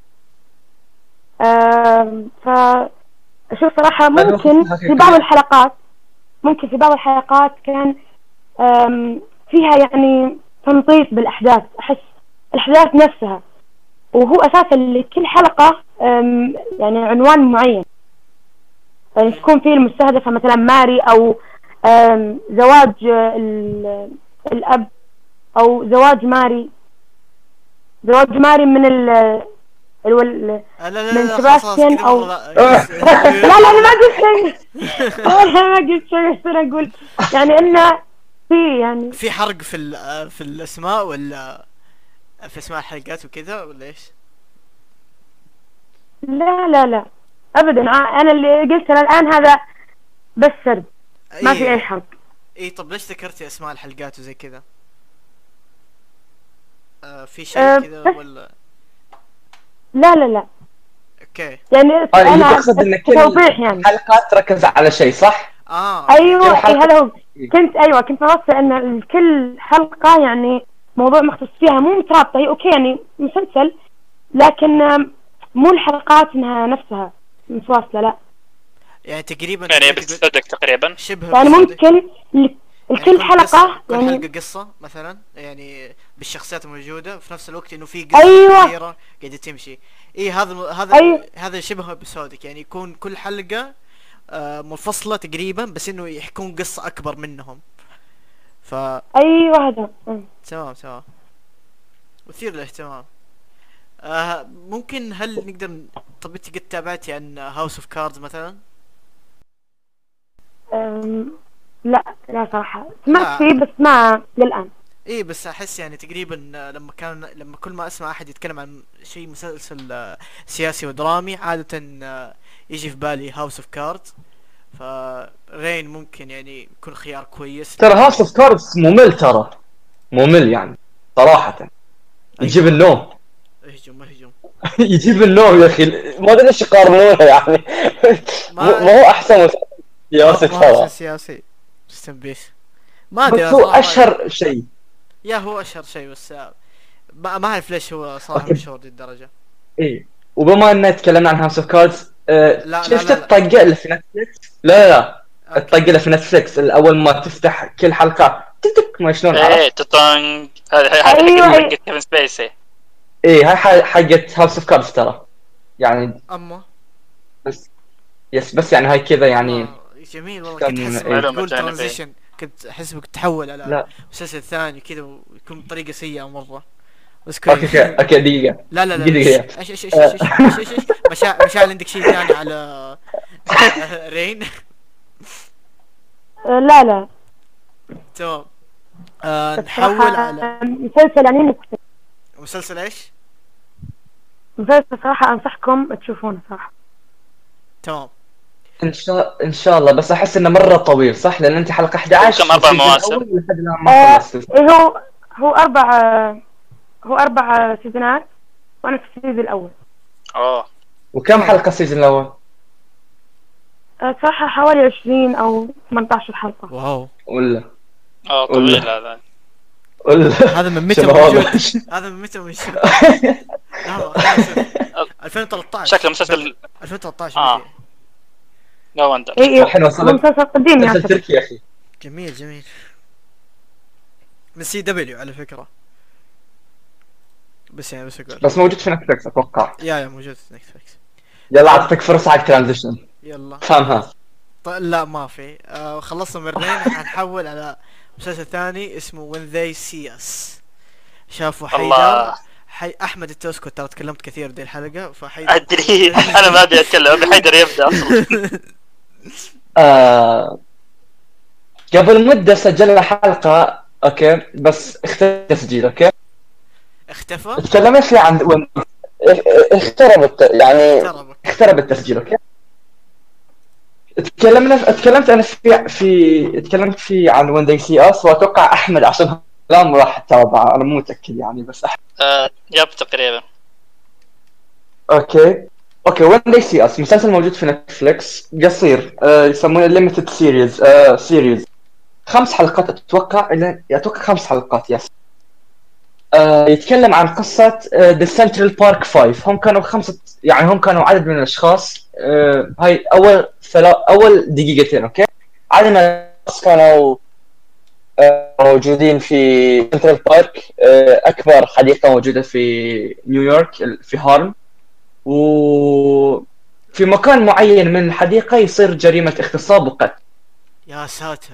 D: آم، فأشوف صراحة
C: بعد ما
D: ممكن
C: خلصنا
D: في بعض الحلقات ممكن في بعض الحلقات كان آم، فيها يعني تنظيف بالأحداث. أحس الأحداث نفسها، وهو أساسا لكل حلقة آم، يعني عنوان معين، يعني تكون فيه المستهدفة مثلا ماري أو آم، زواج آه، ال- الأب، أو زواج ماري زواج ماري من ال الول...
A: آه لا لا
D: من
A: لا خلاص خلاص
D: سباستيان
A: كذا
D: أو
A: مرة
C: آه.
D: لا لا أنا ما قلت شيء والله ما قلت شيء، بس أنا أقول يعني إنه في يعني
A: في حرق في ال- في الاسماء ولا في اسماء الحلقات وكذا ولا ايش؟
D: لا لا لا أبدا. أنا اللي قلته الآن هذا بس سرد، ما في
A: إيه.
D: أي حرق.
A: اي طب ليش ذكرتي اسماء الحلقات وزي كذا؟ آه في شيء
D: أه
A: كذا
D: بس
A: ولا؟
D: لا لا لا
A: اوكي.
D: يعني
C: آه اللي
D: انا
C: تقصد ان كل
D: توضيح يعني.
C: حلقات تركز على شيء صح؟
A: اه أوكي.
D: ايوه
C: كل
D: اي
C: حلقة-
D: هذا هو. كنت ايوه كنت بوصل ان كل حلقه يعني موضوع مختص فيها، مو مترابطه، هي اوكي يعني مسلسل، لكن آم، مو الحلقات انها نفسها متواصله، لا.
A: يعني تقريبا
B: يعني
A: تقدر تقول
B: بتصدق تقريبا.
A: شبه
D: يعني
A: episodic.
D: ممكن ال-
A: يعني
D: الكل
A: كل
D: حلقه
A: قصة كل
D: يعني
A: حلقة قصة مثلا، يعني بالشخصيات الموجودة في نفس الوقت انه في قصة
D: أيوة.
A: كثيرة قاعدة تمشي. اي هذا هذا
D: أيوة.
A: هذا شبه ابيسودك، يعني يكون كل حلقة آه منفصلة تقريبا، بس انه يحكون قصة اكبر منهم. ف
D: ايوه هذا. أمم.
A: تمام تمام، مثير للاهتمام. آه ممكن هل نقدر، طب انت قد تابعتي عن هاوس اوف كاردز مثلا؟
D: أم، لا لا صراحه
A: لا.
D: سمعت فيه بس ما للان.
A: ايه بس احس يعني تقريبا آه، لما كان لما كل ما اسمع احد يتكلم عن شيء مسلسل آه، سياسي ودرامي عادة آه، يجي في بالي هاوس اوف كاردز. فرين ممكن يعني يكون خيار كويس.
C: ترى هاوس اوف كاردز ممل، ترى ممل يعني صراحة، يجيب النوم.
A: اهجم اهجم.
C: يجيب النوم يا اخي، ما ادري ليش يقارنونه يعني.
A: ما-
C: مو ما هو احسن مسلسل سياسي
A: ما هو
C: ترى،
A: سياسي استنبيش. ما
C: بس
A: ادري
C: هو
A: صراحة.
C: اشهر شيء.
A: يا هو اشهر شيء، بس آه، ما ما اعرف ليش هو صراحة
C: أوكي.
A: مشهور للدرجة.
C: ايه، وبما ان تكلمنا عن هاوس اوف كاردز،
A: لا، لا،
C: شفت
A: لا، لا.
C: الطقه اللي في نتفلكس؟ لا لا
A: أوكي.
C: الطقه اللي في نتفلكس اللي اول ما تفتح كل حلقه تك تك، ما شلون
B: ايه
C: عرفت؟
B: تطنج، هذا هذا
D: أيوة،
B: حق
D: أيوة.
B: حق كيفن سبيسي.
C: ايه هاي ح- حقت هاوس اوف كاردز ترى، يعني
A: اما
C: بس يس بس يعني هاي كذا يعني.
A: والله جميل والله،
C: كان-
A: كنت احس
C: إيه.
A: انك تقول
B: معلومة جانبية.
A: ترانزيشن، كنت احس انك تحول على
C: لا
A: مسلسل ثاني كذا ويكون بطريقة سيئة مرة، بس
C: اوكي
A: كويس.
C: اوكي اوكي دقيقه
A: لا لا لا
C: دقيقه
A: لا، ايش ايش ايش ايش ايش ايش ايش مشاعر مشاعر عندك شيء ثاني على رين؟
D: أه، لا لا
A: تمام. آه
D: بس
A: نحول
D: صراحة
A: على
D: مسلسل يعني مكتب.
A: مسلسل ايش؟
D: مسلسل صراحة أنصحكم تشوفونه صراحة.
A: تمام.
C: ان شاء ان شاء الله، بس احس انه مره طويل صح؟ لان انت حلقه احد عشر
B: كم أربع
C: السيزون
B: مواسم؟
C: الأول لحد الان ما
D: آه
C: خلصت.
D: إيه هو هو أربع هو أربع سيزونات وأنا في السيزون الأول.
B: اوه
C: وكم حلقه السيزون الاول؟
D: أه، صراحة حوالي عشرين أو ثمانية عشر حلقة.
A: واو،
C: ولا
B: اوه
C: ولا.
B: طويل هذا.
C: ولا
A: هذا من متى
C: شباب
A: موجود؟
C: والله.
A: هذا من متى موجود؟ لحظة خليني أشوف. ألفين وثلاثة عشر.
B: شكله مسلسل.
A: ألفين وثلاثة عشر
B: آه.
A: بدي.
B: نو وندر.
D: إيه إيه
C: الحين
D: هو
C: وصلت
D: مسلسل قديم
C: مسلسل
D: يعتبر.
C: تركي يا اخي.
A: جميل جميل. من سي دبليو على فكرة، بس يعني بس اقول
C: بس موجود في نتفلكس اتوقع.
A: يا يا موجود في نتفلكس.
C: يلا اعطيك فرصه على ترانزيشن،
A: يلا.
C: فهمها.
A: ط- لا ما في. آه خلصنا من رين، حنحول على مسلسل ثاني اسمه When They See Us. شافوا حيدر.
B: الله
A: حي احمد التوسكو، ترى تكلمت كثير دي الحلقة، فحيدر
B: ادري. انا ما ابي اتكلم، ابي حيدر يبدا اصلا.
C: آه... قبل مده سجلنا حلقه اوكي، بس اختفى تسجيل. اوكي
A: اختفى.
C: تكلمت فيه عن وين اختربت يعني
A: ترى
C: اخترب التسجيل. اوكي تكلمنا تكلمت انا في في تكلمت فيه عن وين دي سي اس، واتوقع احمد عشان كلام راح تتابع، انا مو متاكد يعني بس أحمد.
B: آه، يب تقريبا.
C: اوكي اوكي وين دي سي اس مسلسل موجود في نتفليكس قصير، آه يسمونه ليميتد سيريز، آه سيريز خمس حلقات اتوقع، إلا اتوقع خمس حلقات يس. آه يتكلم عن قصة ذا سنترال بارك فايف. هم كانوا خمسة، يعني هم كانوا عدد من الاشخاص. آه هاي اول ثلاث اول دقيقتين. اوكي عدد من الاشخاص كانوا آه موجودين في سنترال بارك، آه اكبر حديقة موجودة في نيويورك في هارم، وفي مكان معين من الحديقة يصير جريمة اغتصاب وقتل.
A: يا ساتر.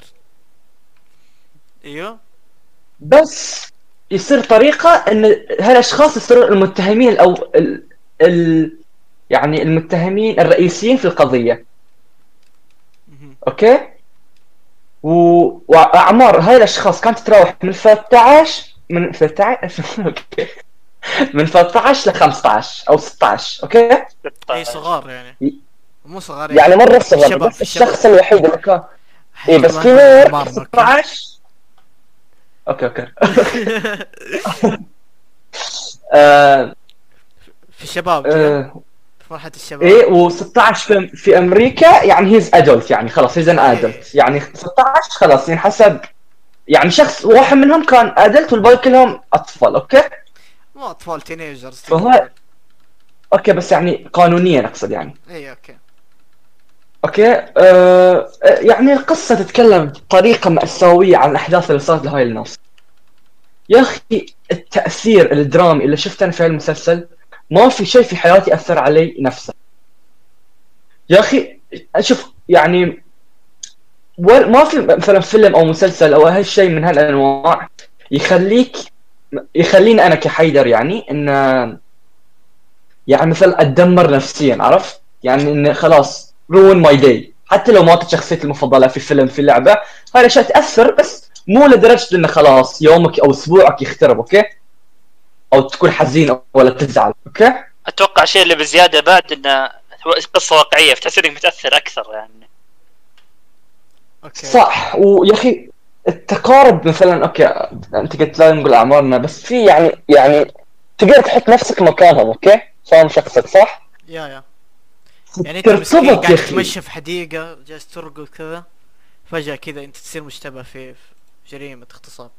A: ايوه.
C: بس يصير طريقة ان هالاشخاص يصيرون المتهمين او ال... ال... يعني المتهمين الرئيسيين في القضية.
A: مهم.
C: اوكي و... واعمار هاي الاشخاص كانت تتراوح من ثلاثة عشر من ثلاثة عشر اوكي من ثلاثة عشر ل خمسة عشر او ستة عشر. اوكي
A: اي صغار يعني، مو صغار
C: يعني مرة
A: الشباب-
C: صغير، بس
A: الشباب.
C: الشخص الوحيد اللي كان ايه بس في نور ستة عشر. اوكي اوكي آه،
A: في الشباب
C: آه،
A: في مرحلة الشباب.
C: ايه و16 في في امريكا يعني هيز ادلت، يعني خلاص هيز ان ادلت، يعني ستة عشر خلاص ينحسب، يعني شخص واحد منهم كان ادلت والباقي كلهم اطفال. اوكي
A: مو اطفال، تينيجرز.
C: فهو اوكي بس يعني قانونيا اقصد يعني.
A: اي اوكي.
C: اوكي آه يعني القصة تتكلم بطريقة مأساوية عن الأحداث اللي صارت لهاي الناس. يا أخي التأثير الدرامي اللي شفته أنا في هاي المسلسل ما في شيء في حياتي أثر علي نفسه. يا أخي أشوف يعني ما في مثلا فيلم أو مسلسل أو هالشيء من هالأنواع يخليك يخليني أنا كحيدر يعني إن يعني مثلا أتدمر نفسيا، عرفت يعني إن خلاص ruin my day، حتى لو ماتت شخصيتي المفضلة في فيلم في لعبة، هاي الأشياء تأثر بس مو لدرجة إنه خلاص يومك أو أسبوعك يخترب. أوكي أو تكون حزين ولا تزعل. أوكي
B: اتوقع شيء اللي بزياده بعد انه قصه واقعيه فتحس انك متاثر اكثر يعني.
A: اوكي
C: صح. ويا أخي التقارب مثلا اوكي انت قلت لا نقول اعمارنا، بس في يعني يعني تقدر تحط نفسك مكانهم. اوكي فاهم شخصك صح؟
A: يا يا يعني انت مسكين
C: ترتبط يا
A: قاعد
C: اخي.
A: تتمشى في حديقة جالس ترقد كذا، فجأة كذا انت تصير مشتبه في في جريمة اغتصاب.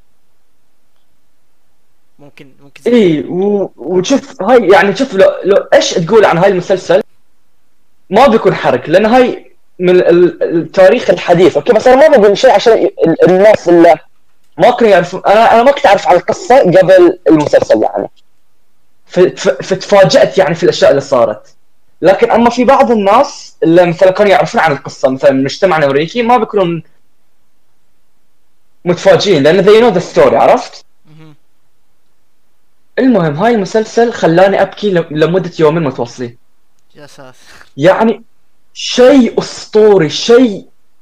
A: ممكن ممكن زي
C: اي و... وشوف هاي يعني شوف لو لو ايش تقول عن هاي المسلسل ما بيكون حرق، لان هاي من ال- التاريخ الحديث. اوكي بس انا ما بقول شيء عشان ال- الناس اللي ما كانوا يعرفون. انا انا ما كنت اعرف عن القصه قبل المسلسل يعني، ف- ف- فتفاجأت يعني في الاشياء اللي صارت. لكن اما في بعض الناس اللي مثلا كانوا يعرفون عن القصه مثلا المجتمع الامريكي ما بيكونوا متفاجئين لان they know the story، عرفت؟
A: مهم.
C: المهم هاي المسلسل خلاني ابكي ل- لمده يومين متواصلين.
A: يا ساتر.
C: يعني شيء اسطوري، شيء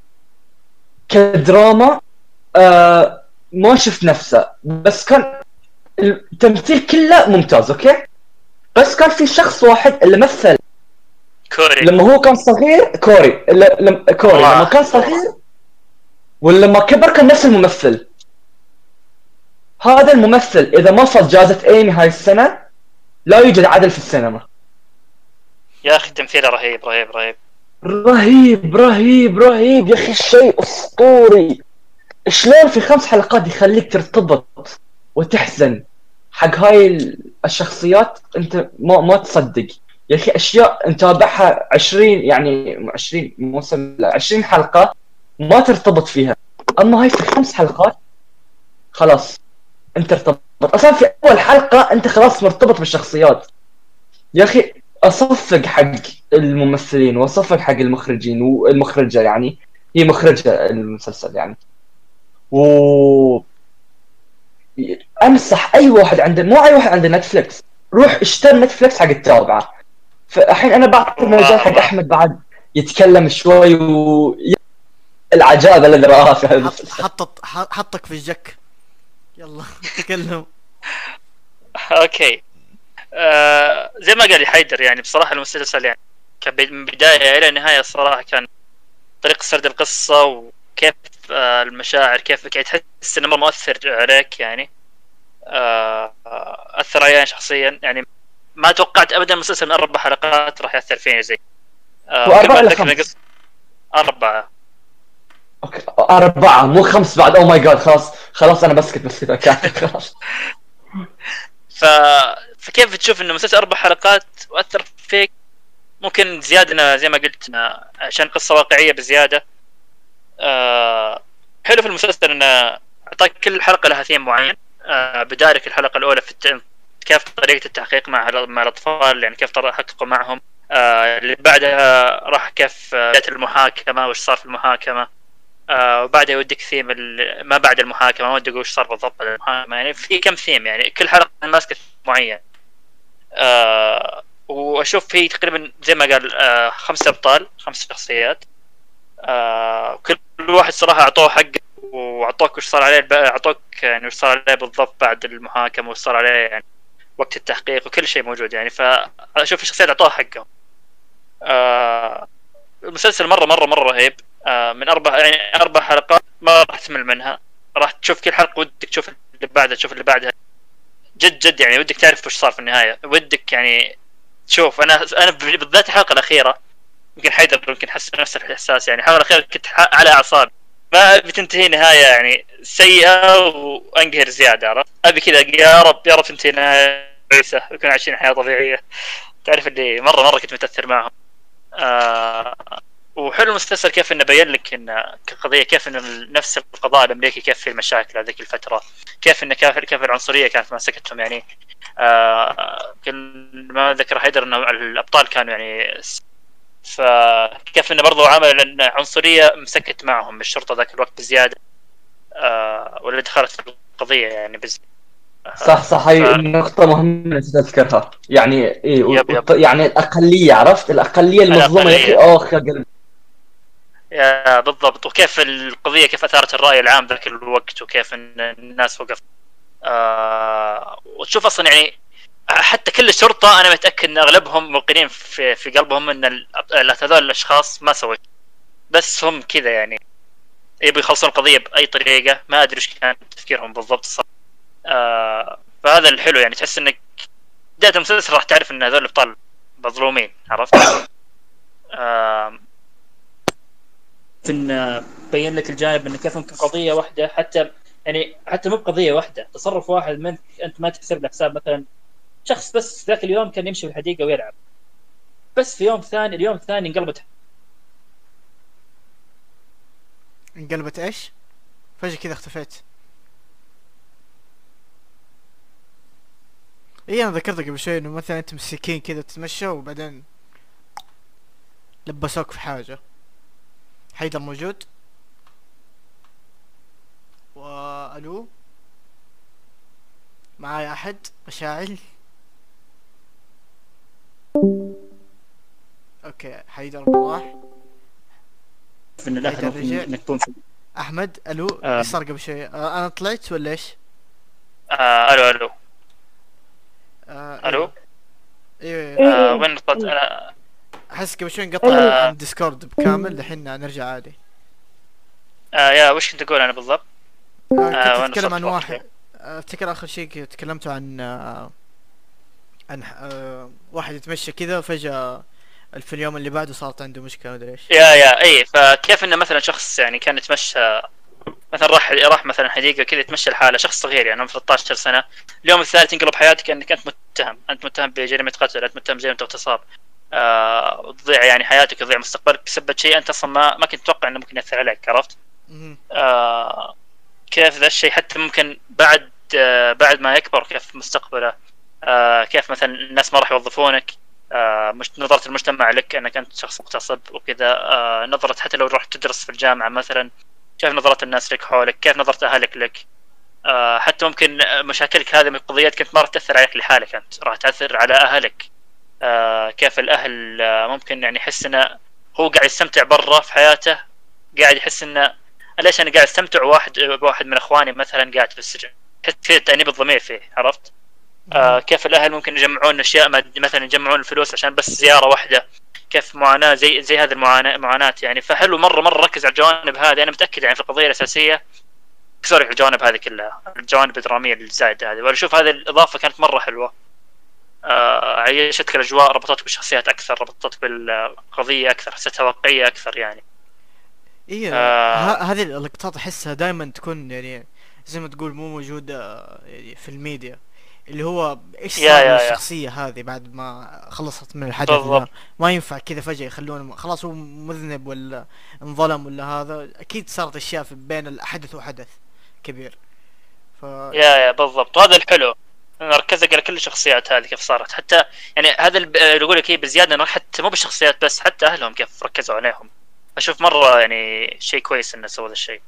C: كدراما آه ما شفت نفسه. بس كان التمثيل كله ممتاز. اوكي بس كان في شخص واحد اللي مثل
B: كوري
C: لما هو كان صغير، كوري اللي لما كوري
B: الله.
C: لما كان صغير ولما كبر كان نفس الممثل. هذا الممثل اذا ما فاز جائزة ايمي هاي السنة لا يوجد عدل في السينما.
B: يا اخي تمثيله رهيب رهيب رهيب
C: رهيب رهيب رهيب يا اخي شيء اسطوري. شلون في خمس حلقات يخليك ترتبط وتحزن حق هاي الشخصيات انت ما ما تصدق. يا اخي اشياء نتابعها عشرين يعني عشرين موسم لا عشرين حلقة ما ترتبط فيها، اما هاي في خمس حلقات خلاص انت ارتبط. اصلا في اول حلقة انت خلاص مرتبط بالشخصيات. يا اخي اصفق حق الممثلين واصفق حق المخرجين والمخرجة، يعني هي مخرجة المسلسل يعني. و انصح اي واحد عنده مو اي واحد عنده نتفلكس روح اشتري نتفلكس حق التابعه. فالحين انا بعطي المجال حق احمد بعد يتكلم شوي و العجائب اللي راها في هذا
A: حط
C: المسلسل.
A: حطت ح- حطك في الجك. يلا تكلم.
B: اوكي آه زي ما قال حيدر يعني بصراحه المسلسل يعني كان من بدايه الى نهايه الصراحه كان طريقه سرد القصه وكيف آه المشاعر كيف يعني تحس انه مره مؤثر عليك يعني. آه اثر علي شخصيا يعني ما توقعت ابدا مسلسل من اربع حلقات راح ياثر فيني زي آه
C: واربعه ولا خمس؟
B: اربعه.
C: اوكي اربعه مو خمس بعد. او ماي جاد خلاص خلاص انا بسكت بس كذا خلاص.
B: ف... فكيف تشوف انه مسلسل اربع حلقات واثر فيك؟ ممكن زياده زي ما قلت عشان قصه واقعيه بزياده. آه حلو في المسلسل انه اعطاك كل حلقه لها ثيم معين. آه بدارك الحلقه الاولى في الت... كيف طريقه التحقيق مع مع الاطفال يعني كيف حققوا معهم. آه اللي بعدها راح كيف بدايه المحاكمه وش صار في المحاكمه. آه وبعدها يوديك ثيم ما بعد المحاكمه ما ودك وش صار بالضبط بعد المحاكمه يعني في كم ثيم يعني كل حلقه ماسكه معين. آه واشوف في تقريبا زي ما قال آه خمسة ابطال خمس شخصيات. آه كل واحد صراحه اعطوه حق واعطوك وش صار عليه اعطوك يعني وش صار عليه بالضبط بعد المحاكمه وش صار عليه يعني وقت التحقيق وكل شيء موجود يعني. فاشوف الشخصيات اعطوه حقهم. آه المسلسل مره مره مره رهيب. آه من اربع يعني اربع حلقات ما راح تمل منها، راح تشوف كل حلقه ودك تشوف اللي بعدها تشوف اللي بعدها، جد جد يعني ودك تعرف وش صار في النهايه، ودك يعني تشوف. انا انا بالذات الحلقه الاخيره يمكن حيدر يمكن حس نفس الاحساس، يعني الحلقه الاخيره كنت على اعصابي، ما بتنتهي نهايه يعني سيئه وانقهر زياده، عرفت؟ ابي كذا يا رب يا رب تنتهي نهايه كويسه ويكون عايشين حياه طبيعيه، تعرف اللي مره مره كنت متاثر معهم. آه وحلو المسلسل كيف انه بين لك ان كقضيه كيف ان نفس القضاء الامريكي كيف في المشاكل هذيك الفتره، كيف ان كيف كيف العنصريه كانت ماسكتهم يعني. آه كل ما ذكر حيدر انه الابطال كانوا يعني، فكيف انه برضو عمل ان عنصريه مسكت معهم الشرطه ذاك الوقت بزياده. آه ولا دخلت القضيه يعني بز
C: صح صح، هي
B: ف...
C: نقطة مهمة تذكرها يعني إيه
B: يب يب.
C: وط- يعني الأقلية، عرفت الأقلية المظلومة يا أخي،
B: الأقلية.
C: آخ يا قلبي.
B: يا بالضبط، وكيف القضيه كيف اثارت الراي العام ذاك الوقت، وكيف ان الناس وقفت. آه وتشوف اصلا يعني حتى كل الشرطه انا متاكد ان اغلبهم موقنين في في قلبهم ان ال- هذول الاشخاص ما سووا، بس هم كذا يعني يبي يخلصون القضيه باي طريقه، ما ادري ايش كان تفكيرهم بالضبط صح. آه فهذا الحلو يعني، تحس انك بدايه المسلسل راح تعرف ان هذول الابطال مظلومين، عرفت؟ آه ان بين لك الجانب انه كيف ممكن قضيه واحده، حتى يعني حتى مو بقضيه واحده، تصرف واحد منك انت ما تحسب له حساب، مثلا شخص بس ذاك اليوم كان يمشي في الحديقه ويلعب، بس في يوم ثاني اليوم الثاني انقلبت.
A: انقلبت ايش؟ فجأة كذا اختفيت. ايه انا ذكرت قبل شوي انه مثلا انت مسكين كذا تتمشى وبعدين لبسوك في حاجة. حيدر موجود؟ والو معايا احد؟ مشاعل؟ اوكي حيدر راح.
B: ان الاهل
A: حيدر
B: ممكن
A: رجع.
B: انك تكون في
A: احمد الو
B: آه.
A: ايش صار قبل شوي؟ آه انا طلعت ولا ايش؟
B: آه الو الو
A: آه
B: الو
A: ايوه
D: إيه.
B: آه وين نقطة انا؟
A: احس قبل شوي انقطع
D: آه.
A: عن ديسكورد بكامل، الحين نرجع عادي.
B: آه يا وش كنت اقول انا بالضبط؟
A: آه
B: آه
A: كنت
B: وين
A: تتكلم عن
B: وصلت
A: واحد.
B: وقتي؟
A: آه، افتكر اخر شيء ك- تكلمتوا عن آه عن آه واحد يتمشى كذا وفجأة في اليوم اللي بعده صارت عنده مشكلة مدري ايش.
B: يا يا اي، فكيف انه مثلا شخص يعني كان يتمشى مثلا راح راح مثلا حديقه كذا يتمشى لحاله، شخص صغير يعني عمره ثلاثة عشر سنه، اليوم الثالث ينقلب حياتك انك انت متهم، انت متهم بجريمه قتل، انت متهم بجريمه اغتصاب، آه وتضيع يعني حياتك وتضيع مستقبلك بسبب شيء انت اصلا ما ما كنت تتوقع انه ممكن ياثر عليك، عرفت؟
A: مهم.
B: آه كيف ذا الشيء حتى ممكن بعد آه بعد ما يكبر كيف مستقبله، آه كيف مثلا الناس ما راح يوظفونك، آه مش نظرة المجتمع لك انك انت شخص مغتصب وكذا، آه نظرة حتى لو رحت تدرس في الجامعة مثلا كيف نظرة الناس لك حولك، كيف نظرة اهلك لك، آه حتى ممكن مشاكلك هذه من القضيات كنت ما راح تأثر عليك لحالك، انت راح تأثر على اهلك، آه كيف الاهل آه ممكن يعني يحس انه هو قاعد يستمتع برا في حياته، قاعد يحس انه ليش انا قاعد استمتع واحد بواحد من اخواني مثلا قاعد في السجن، حس فيه تأنيب الضمير فيه، عرفت؟ آه كيف الاهل ممكن يجمعون اشياء مثلا يجمعون الفلوس عشان بس زياره واحده، كيف معاناه زي زي هذه المعاناه معاناه يعني. فحلو مره مره ركز على الجوانب هذه، انا متاكد يعني في القضيه الاساسيه كسر الجوانب هذه كلها، الجوانب الدراميه الزايده هذه، وانا اشوف هذه الاضافه كانت مره حلوه. آه عيشتك الاجواء، ربطتك بالشخصيات اكثر، ربطتك بالقضيه اكثر، حسيتها واقعيه اكثر يعني.
A: ايه
B: آه.
A: ه- هذه اللقطات احسها دائما تكون يعني زي ما تقول مو موجودة يعني في الميديا، اللي هو ايش
B: يا
A: صار
B: يا يا
A: للشخصية هذه بعد ما خلصت من الحدث
B: بالضبط.
A: ذا. ما ينفع كذا فجأة يخلونه خلاص هو مذنب ولا انظلم ولا هذا، اكيد صارت اشياء في بين الحدث وحدث كبير. ف
B: يا يا بالضبط، وهذا الحلو ركزت على كل الشخصيات هذه كيف صارت، حتى يعني هذا الب- اللي اقول لك هي بزياده انه حتى مو بالشخصيات بس، حتى اهلهم كيف ركزوا عليهم، اشوف مره يعني شيء كويس انه سووا ذا الشيء.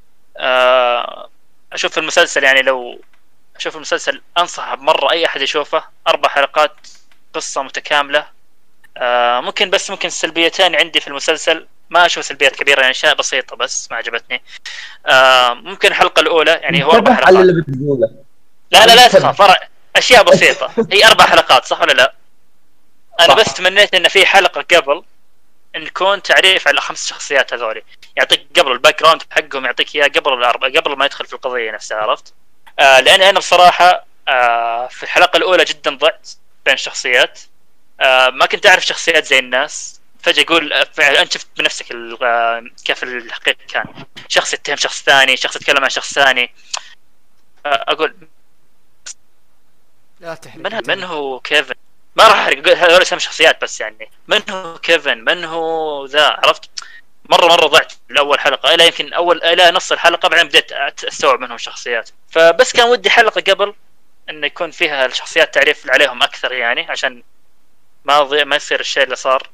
B: آه، اشوف المسلسل يعني لو اشوف المسلسل انصح مره اي احد يشوفه، اربع حلقات قصه متكامله. آه، ممكن بس ممكن السلبيتين عندي في المسلسل، ما اشوف سلبيات كبيره يعني اشياء بسيطه بس ما عجبتني. آه، ممكن الحلقه الاولى يعني هو اربع
C: انتبه على
B: حلقات،
C: اللي بتقوله.
B: لا لا لا
C: انتبه.
B: تخاف، فرع اشياء بسيطه، هي اربع حلقات صح ولا لا؟ انا
C: صح.
B: بس تمنيت ان في حلقه قبل نكون تعريف على خمس شخصيات هذولي، يعطيك قبل الباك جراوند حقهم، يعطيك اياه قبل الاربع قبل ما يدخل في القضيه نفسها، عرفت؟ آه لان انا بصراحه آه في الحلقه الاولى جدا ضعت بين الشخصيات، آه ما كنت اعرف شخصيات زي الناس، فجاه يقول انت شفت بنفسك كيف الحقيقه كان شخص يتهم شخص ثاني، شخص يتكلم عن شخص ثاني. آه اقول
A: لا تحرق.
B: من, من هو كيفن؟ ما راح احرق هذول اسم شخصيات، بس يعني من هو كيفن، من هو ذا، عرفت؟ مره مره ضعت الاول حلقه الى يمكن اول الى نص الحلقه، بعدين بديت استوعب منهم شخصيات. فبس كان ودي حلقه قبل انه يكون فيها الشخصيات تعريف عليهم اكثر، يعني عشان ما ضي... ما يصير الشيء اللي صار.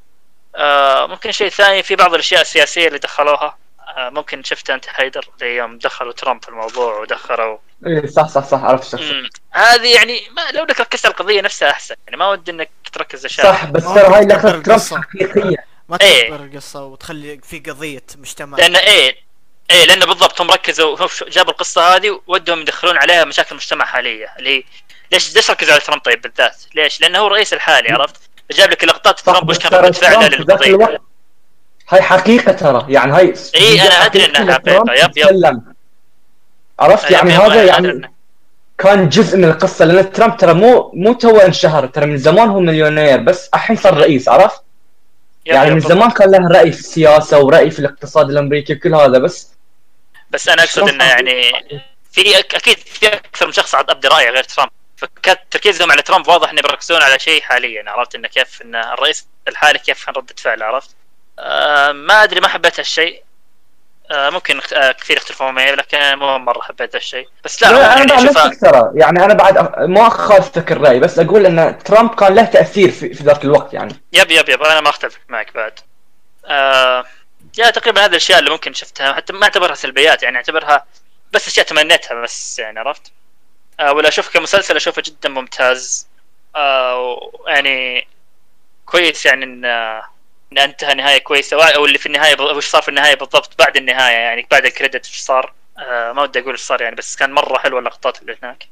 B: آه ممكن شيء ثاني في بعض الاشياء السياسيه اللي دخلوها، آه ممكن شفت انت حيدر اللي يوم دخلوا ترامب في الموضوع ودخلوا
C: ايه صح صح صح عرفت شخص.
B: هذه يعني ما لو انك ركزت على القضيه نفسها احسن، يعني ما ودي انك تركز اشياء
C: صح، بس
A: ما
C: ترى
A: ودك
C: هاي
A: تكبر
C: لقطة ترامب
A: القصة.
C: حقيقية.
A: ما
B: إيه.
A: تكبر القصة وتخلي في قضية مجتمع.
B: لان ايه ايه لانه بالضبط هم ركزوا جابوا القصه هذه ودهم يدخلون عليها مشاكل المجتمع حاليا، اللي ليش ليش ركزوا على ترامب طيب بالذات؟ ليش؟ لانه هو الرئيس الحالي، عرفت؟ جاب لك لقطات ترامب وش كان رد فعله للقضيه.
C: هاي حقيقة ترى، يعني هاي
B: اي انا ادري انها حقيقه. يب يب
C: يب عرفت يعني
B: يب
C: هذا
B: يب
C: يعني كان جزء من القصة، لأن ترامب ترى مو مو تو انشهر، ترى من زمان هو مليونير، بس الحين صار رئيس، عرفت؟
B: يب
C: يعني
B: يب
C: من زمان كان له رأي في السياسة ورأي في الاقتصاد الأمريكي وكل هذا. بس
B: بس انا اقصد انه يعني في اكيد في اكثر من شخص ابدى رايه غير ترامب، فكان تركيزهم على ترامب واضح انه بيركزون على شيء حاليا، عرفت؟ انه كيف ان الرئيس الحالي كيف كان ردة فعله، عرفت؟ آه ما ادري ما حبيت هالشيء. آه ممكن آه كثير يختلفون معي، لكن مو مره حبيت هالشيء. بس لا,
C: لا
B: يعني
C: انا بعد
B: اشوفها
C: نفسك ترى، يعني انا بعد ما اخالفك الراي، بس اقول ان ترامب كان له تاثير في, في ذاك الوقت يعني.
B: يب يب يب انا ما اختلف معك بعد. آه يا تقريبا هذه الاشياء اللي ممكن شفتها، حتى ما اعتبرها سلبيات، يعني اعتبرها بس اشياء تمنيتها بس، يعني عرفت؟ آه ولا اشوف كمسلسل اشوفه جدا ممتاز. آه يعني كويس، يعني ان ان انتهى نهايه كويسه، او اللي في النهايه وش صار في النهايه بالضبط بعد النهايه، يعني بعد الكريدت وش صار. آه ما ودي اقول ايش صار يعني، بس كان مره حلوه اللقطات اللي هناك.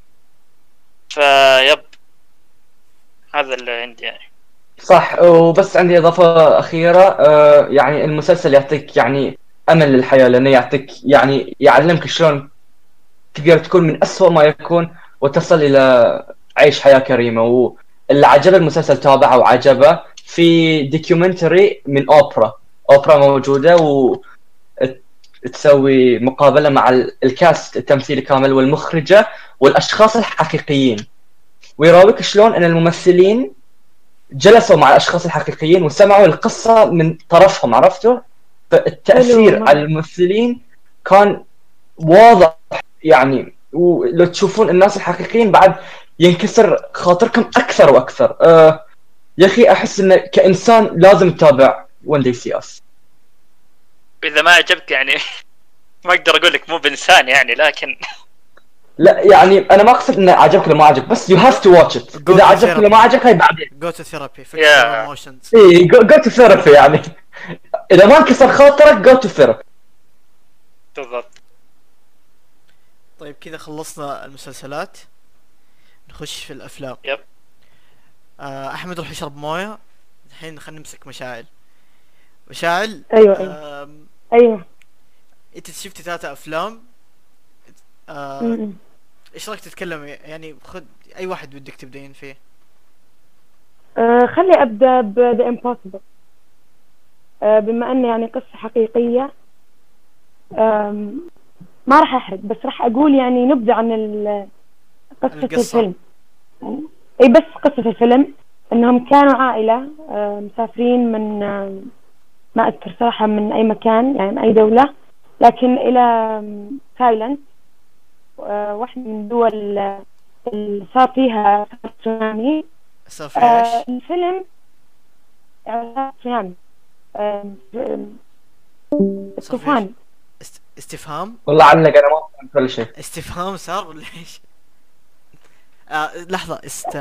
B: فيب هذا اللي عندي يعني.
C: صح، وبس عندي اضافه اخيره. آه يعني المسلسل يعطيك يعني امل للحياه، لانه يعطيك يعني يعلمك شلون تقدر تكون من أسوأ ما يكون وتصل الى عيش حياه كريمه. واللي عجب المسلسل تابعه وعجبه في دوكيومنتري من اوبرا اوبرا موجوده، وتسوي مقابله مع الكاست التمثيلي كامل والمخرجه والاشخاص الحقيقيين، ويراويك شلون ان الممثلين جلسوا مع الاشخاص الحقيقيين وسمعوا القصه من طرفهم، عرفتوا؟ فالتاثير على الممثلين كان واضح يعني. ولو تشوفون الناس الحقيقيين بعد ينكسر خاطركم اكثر واكثر. أه يا اخي احس ان كانسان لازم تتابع ون داي سي اس.
B: اذا ما عجبك يعني ما اقدر اقول لك مو بانسان يعني، لكن
C: لا يعني انا ما اقصد انه عجبك ولا ما عجبك، بس يو هاف تو واتش ات. اذا عجبك ولا ما عجبك هاي بعدين.
A: جو تو ثيرابي فيكس
B: Yeah.
A: ايموشنز.
C: اي جو تو ثيرابي يعني. اذا ما انكسر خاطرك جو تو ثيرابي.
B: بالضبط.
A: طيب كذا خلصنا المسلسلات، نخش في الافلام.
B: يب.
A: آه احمد روح يشرب مويه الحين، خلينا نمسك مشاعل. مشاعل
D: ايوه
A: آه
D: ايوه
A: انت شفتي ثلاثة افلام. آه
D: م-م.
A: ايش رايك تتكلم يعني؟ خد اي واحد بدك تبدين فيه.
D: آه خلي ابدا ب The Impossible. آه بما انه يعني قصة حقيقية، آم، ما راح احرق، بس راح اقول يعني نبذة عن ال- قصة
A: القصة.
D: الفيلم. اي بس قصة الفيلم انهم كانوا عائلة آه مسافرين من آه ما اذكر صراحة من اي مكان، يعني من اي دولة، لكن الى آم، تايلاند. آه واحدة من الدول آه، اللي صار فيها تسونامي.
A: صار في
D: آه
A: ايش؟
D: الفيلم آه تسونامي، آه،
A: صار في
D: طوفان.
A: است... استفهام
C: والله علق انا ما فهمت ولا شيء.
A: استفهام صار ولا ايش؟ آه لحظة است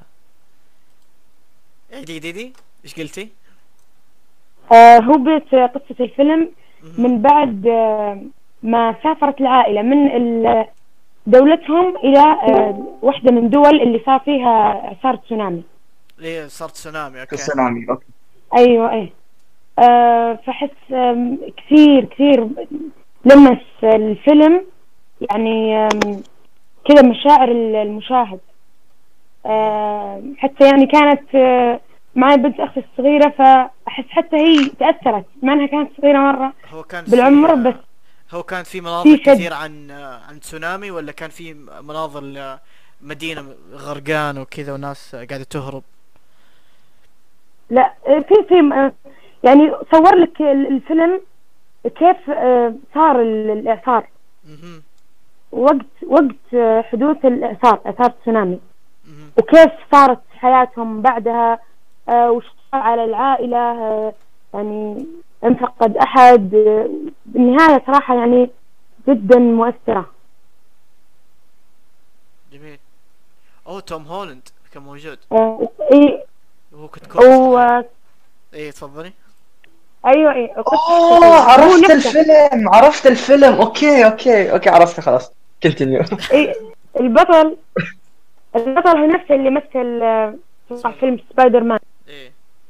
A: عيدي عيدي ايش قلتي؟
D: آه هو بيت قصة الفيلم من بعد آه ما سافرت العائلة من ال- دولتهم إلى آه واحدة من دول اللي صار فيها إعصار تسونامي.
A: ايه صار تسونامي. اوكي
C: تسونامي اوكي.
D: أيوة أيه. آه فحس آم، كثير كثير لمس الفيلم يعني آم، كذا مشاعر المشاهد. آه حتى يعني كانت آه معي بنت أختي الصغيرة، فأحس حتى هي تأثرت مع أنها كانت صغيرة مرة
A: هو كان
D: بالعمر،
A: في
D: بس
A: هو كان في مناظر
D: في شد.
A: كثير عن عن تسونامي، ولا كان في مناظر مدينة غرقان وكذا وناس قاعدة تهرب؟
D: لا آه، في في آه، يعني صور لك ال- الفيلم كيف آه، صار ال- الإعصار،
A: مهم.
D: وقت وقت آه، حدوث الإعصار، إعصار تسونامي،
A: مهم.
D: وكيف صارت حياتهم بعدها، آه، وش صار على العائلة، آه، يعني إن فقد أحد. آه، بالنهاية صراحة يعني جدا مؤثرة.
A: جميل. اوه توم هولاند كان موجود،
D: آه، إيه
A: وهو كنت كورة
D: و
A: صحيح. ايه تفضلي.
D: أيوة إيه قصة
C: اوه
D: هو
C: عرفت
D: نفسه.
C: الفيلم عرفت الفيلم اوكي اوكي اوكي عرفته خلاص كنتينيو.
D: إيه البطل البطل هو نفسه اللي مثل آه، في فيلم سبايدر مان.
A: ايه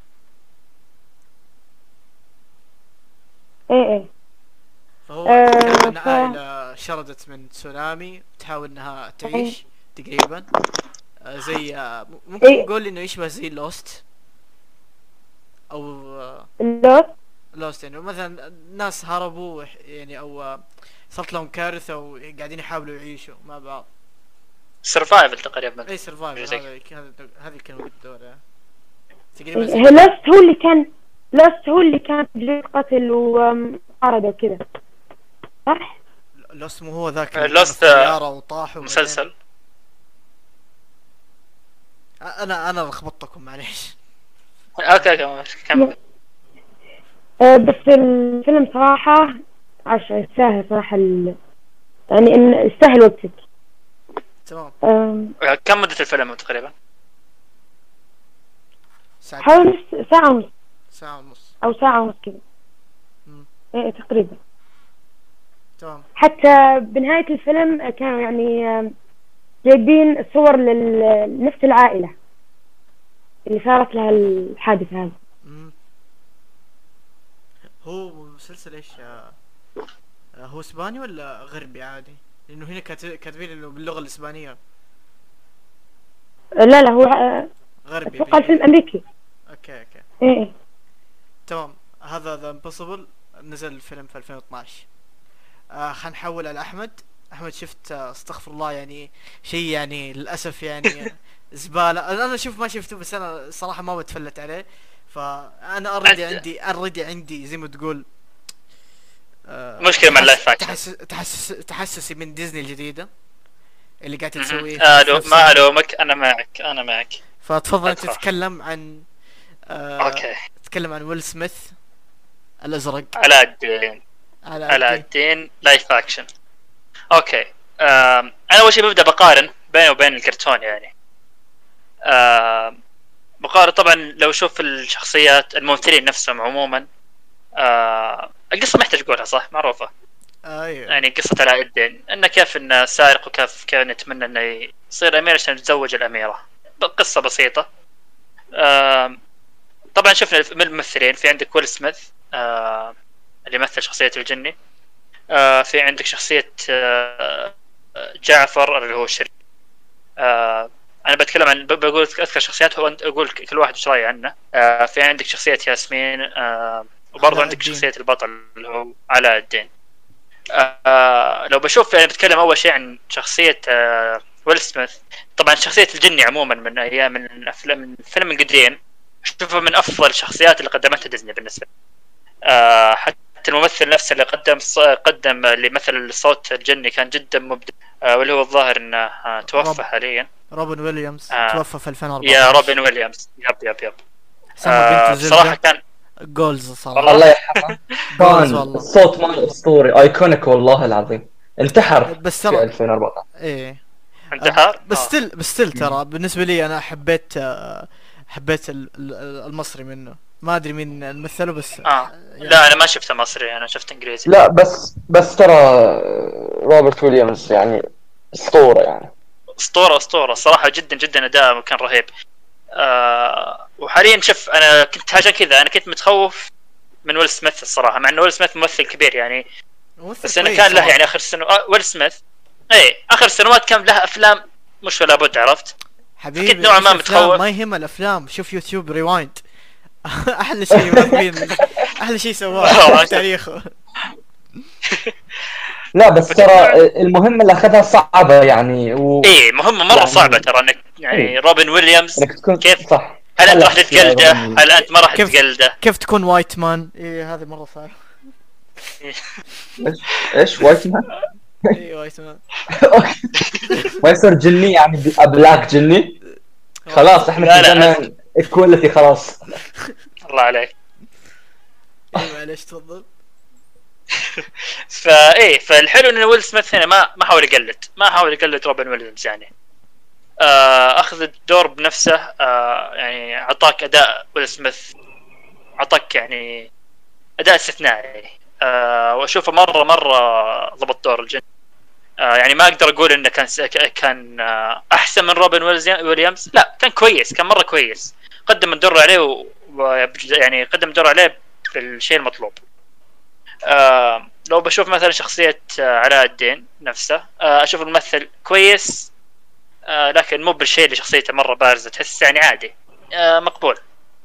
D: إيه إيه
A: فهو
D: آه،
A: يتكلم عن
D: ف-
A: عائلة شردت من تسونامي تحاول انها تعيش تقريبا. آه زي آه ممكن
D: إيه
A: نقول انه يشبه زي لوست، او آه
D: اللوت.
A: لوست يعني مثلا ناس هربوا وح- يعني او آه صارت لهم كارثة وقاعدين يحاولوا يعيشوا مع بعض.
B: سرفايفل تقريبا.
A: اي سرفايفل،
B: زي
A: هذا هذا هذه الكلمة الدورة
D: إيه
A: تقريبا زي
D: هي لوست هو اللي كان لوست هو اللي كان في قتل ومعارضة وكذا، صح؟
A: لوست. مو هو ذاك
B: آه،
A: اللي كان
B: لوست،
A: في طيارة وطاحوا بعدين؟
B: مسلسل.
A: انا انا لخبطتكم معليش.
B: اوكي اوكي كمل.
D: آه، بس الفيلم صراحة عشرة يستاهل صراحة ال... يعني إن يستاهل وقتك.
A: تمام.
D: آم،
B: كم مدة الفيلم تقريبا؟
A: ساعتين.
D: حوالي نص ساعة ونص
A: ساعة ونص.
D: أو ساعة ونص كذا.
A: مم.
D: إيه تقريبا.
A: تمام.
D: حتى بنهاية الفيلم كانوا يعني آم، جايبين صور لل- لنفس العائلة اللي صارت لها الحادثة هذه.
A: مم. هو مسلسل ايش؟ آه، آه، هو اسباني ولا غربي عادي؟ لانه هنا كات- كاتبين انه باللغة الاسبانية.
D: لا لا هو آه،
A: غربي
D: أتوقع الفيلم
A: بي...
D: أمريكي.
A: اوكي اوكي
D: إيه إيه.
A: تمام. هذا ذا امبوسيبل نزل الفيلم في ألفين واثناشر. آه خلينا نحول على احمد. احمد شفت آه، استغفر الله يعني شيء يعني للاسف يعني زبالة. انا أنا شوف ما شفته، بس انا صراحة ما بتفلت عليه. فانا اوريدي
B: أنت-
A: عندي اوريدي عندي زي ما تقول آه،
B: مشكلة مع اللايف اكشن.
A: تحسس تحسس تحسسي من ديزني الجديدة اللي قاعدة تسويه
B: آه
A: في
B: لو
A: نفس
B: ما
A: ال-
B: الومك، انا معك انا معك.
A: فتفضل انت
B: أدخل.
A: تتكلم عن آه
B: اوكي.
A: تتكلم عن ويل سميث الازرق.
B: علاء الدين.
A: على
B: علاء
A: الدين.
B: الدين لايف اكشن. اوكي. آم، انا اول شيء ببدا بقارن بينه وبين الكرتون يعني. آم، بقارن طبعا لو اشوف الشخصيات الممثلين نفسهم عموما. آه، القصه محتاج اقولها صح معروفه.
A: ايوه.
B: يعني قصه علاء الدين انه كيف انه سارق وكيف كان يتمنى انه يصير امير عشان يتزوج الاميره. قصه بسيطه. آم، طبعا شفنا من الممثلين في عندك ويل سميث آه، اللي يمثل شخصيه الجني. آه، في عندك شخصيه آه، جعفر اللي هو الشرير. آه، انا بتكلم عن ب- بقول اذكر شخصيات وانت اقول كل واحد ايش رايه عنه. آه، في عندك شخصيه ياسمين. آه، وبرضه
A: علاء
B: عندك
A: الدين.
B: شخصيه البطل اللي هو علاء الدين. آه، لو بشوف يعني بتكلم اول شيء عن شخصيه آه، ويل سميث. طبعا شخصيه الجني عموما من ايام من الافلام من فيلم القديم اشوفه من افضل الشخصيات اللي قدمتها ديزني بالنسبه لي. آه، حتى الممثل نفسه اللي قدم ص- قدم اللي مثل صوت الجني كان جدا مبدع. آه، واللي هو الظاهر انه آه، توفى
A: روب.
B: حاليا.
A: روبن ويليامز
B: آه.
A: توفى في ألفين وأربعة
B: يا
A: عشر.
B: روبن ويليامز. يب يب يب.
A: سمى
B: آه،
A: بنته
B: بصراحه
A: زلدة.
B: كان
A: جولز صراحة.
B: والله.
C: الله يرحمه.
A: جولز
C: كان
A: والله.
C: الصوت مال اسطوري ايكونيك والله العظيم. انتحر
A: بس
C: في
A: ترى
C: ألفين وأربعة عشر.
A: ايه
B: انتحر.
A: بس
B: آه.
A: ستيل بس ستيل ترى بالنسبة لي انا حبيت آه، حبيت ال- ال- المصري منه. ما ادري مين مثله بس
B: اه
A: يعني.
B: لا انا ما شفته مصري، انا شفت انجليزي.
C: لا بس بس ترى روبرت ويليامز يعني اسطوره يعني.
B: اسطوره اسطوره صراحه، جدا جدا اداء كان رهيب. آه وحاليا شوف انا كنت عشان كذا انا كنت متخوف من ويل سميث الصراحه، مع انه ويل سميث ممثل كبير يعني،
A: ممثل
B: بس انه
A: كويس
B: كان له
A: صراحة.
B: يعني اخر سنه آه ويل سميث اي اخر سنوات كان له افلام مش ولا بد، عرفت؟
A: حبيبي
B: كنت نوعاً ما
A: إيش أفلام؟
B: متخوف.
A: ما يهم الافلام، شوف يوتيوب ريوايند. احلى شيء ماخذين، احلى شيء سواه في تاريخه.
C: لا بس ترى المهمة اللي اخذها صعبة يعني و...
B: ايه مهمه مره
C: يعني-
B: صعبه ترى، انك يعني
C: إيه.
B: روبن ويليامز
C: انك تكون
B: كيف،
C: صح.
B: هل انت
C: هلا
B: راح تتقلده؟
C: يا
B: هل انت ما راح
A: كيف-
B: تتقلده؟
A: كيف تكون وايت مان؟ ايه هذه مره صعبه.
C: ايش ايش وايت مان؟
A: ايه وايت مان.
C: ما يصير جني يعني بلاك جني. خلاص احنا
B: لا،
C: في
B: لا،
C: زمن ايكواليتي خلاص.
B: الله عليك.
A: ايه معليش تفضل.
B: فايه فالحلو ان ويل سميث هنا ما ما حاول يقلد ما حاول يقلد روبن ويليامز يعني، آه اخذ الدور بنفسه، آه يعني اعطاك اداء ويل سميث، اعطاك يعني اداء استثنائي، آه واشوفه مره مره ضبط دور الجن. آه يعني ما اقدر اقول انه كان س... كان آه احسن من روبن ويليامز، لا كان كويس، كان مره كويس، قدم الدور عليه و... و... يعني قدم الدور عليه بالشيء المطلوب. آه لو بشوف مثلا شخصية آه علاء الدين نفسه، آه اشوف الممثل كويس، آه لكن مو بالشيء اللي شخصيته مرة بارزة، تحس يعني عادي، آه مقبول.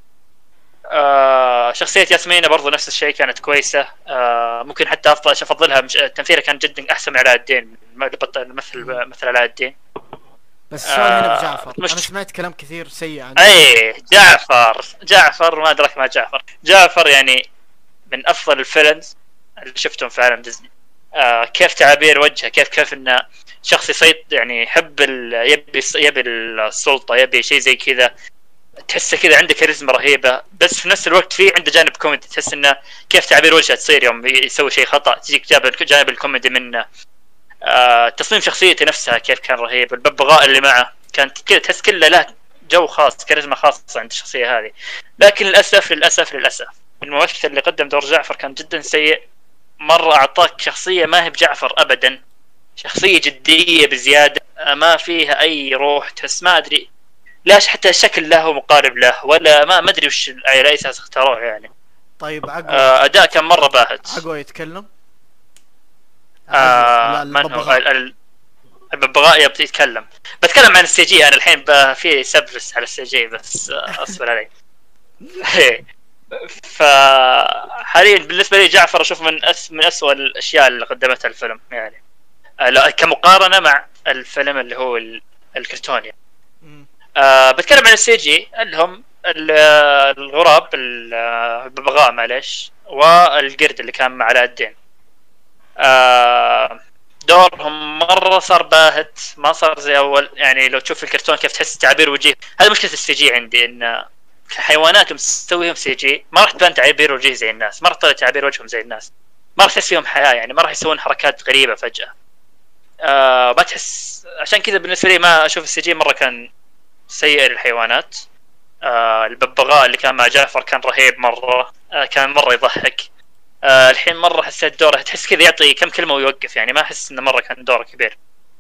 B: آه شخصية ياسمينة برضو نفس الشيء، كانت كويسة، آه ممكن حتى افضل افضلها، مش... تمثيلها كان جدا احسن من علاء الدين، مثل مثل علاء الدين.
A: بس السؤال هنا
B: آه،
A: بجعفر،
B: مش-
A: انا سمعت كلام كثير سيء عنه.
B: اي جعفر جعفر ما ادرك ما جعفر جعفر يعني من افضل الفيلنز اللي شفتهم في عالم ديزني. آه كيف تعابير وجهه، كيف كيف انه شخص يسيط يعني يحب ال... يبي يبي السلطه، يبي شيء زي كذا، تحسه كذا عنده كاريزما رهيبه، بس في نفس الوقت في عنده جانب كوميدي، تحس انه كيف تعابير وجهه تصير يوم يسوي شيء خطا، تجيك جانب جانب الكوميدي منه. آه تصميم شخصيته نفسها كيف كان رهيب، الببغاء اللي معه كانت كذا تحس كله له جو خاص، كاريزما خاصه عند الشخصيه هذه. لكن للاسف للاسف للاسف الممثل اللي قدم دور جعفر كان جدا سيء مره، اعطاك شخصيه ما هي بجعفر ابدا، شخصيه جديه بزياده، ما فيها اي روح، تحس ما ادري لاش حتى الشكل له مقارب له، ولا ما ما ادري وش على اي اساس اختاروه يعني.
A: طيب عقوى،
B: آه اداء كان مره باهت.
A: عقوى يتكلم.
B: آه
A: لا
B: من هو
A: الببغاء.
B: ال- ال- الببغاء يبي يتكلم. بتكلم عن السي جي، انا الحين ب- في سبرس على السي جي، بس آه، اصبر علي. فحاليا بالنسبه لي جعفر اشوف من أس من اسوأ الاشياء اللي قدمتها الفيلم يعني، آه، لا، كمقارنه مع الفيلم اللي هو ال- الكرتون يعني.
A: مم.
B: آه بتكلم عن السي جي اللي هم ال- الغراب، ال- الببغاء معلش، والقرد اللي كان مع علاء الدين. آه دورهم مرة صار باهت، ما صار زي أول يعني. لو تشوف الكرتون كيف تحس تعبير وجيه، هذا مشكلة السي جي عندي، إن حيوانات مسويهم سي جي ما راح تبان تعبير وجيه زي الناس، ما راح تطلع تعبير وجههم زي الناس، ما راح تحس فيهم حياة يعني، ما راح يسوون حركات غريبة فجأة. آه ما تحس، عشان كذا بالنسبة لي ما أشوف السي جي مرة كان سيء للحيوانات. آه الببغاء اللي كان مع جعفر كان رهيب مرة، آه كان مرة يضحك. آه الحين مرة حسيت دوره تحس كذا يعطي كم كلمة ويوقف يعني، ما أحس إنه مرة كان دوره كبير.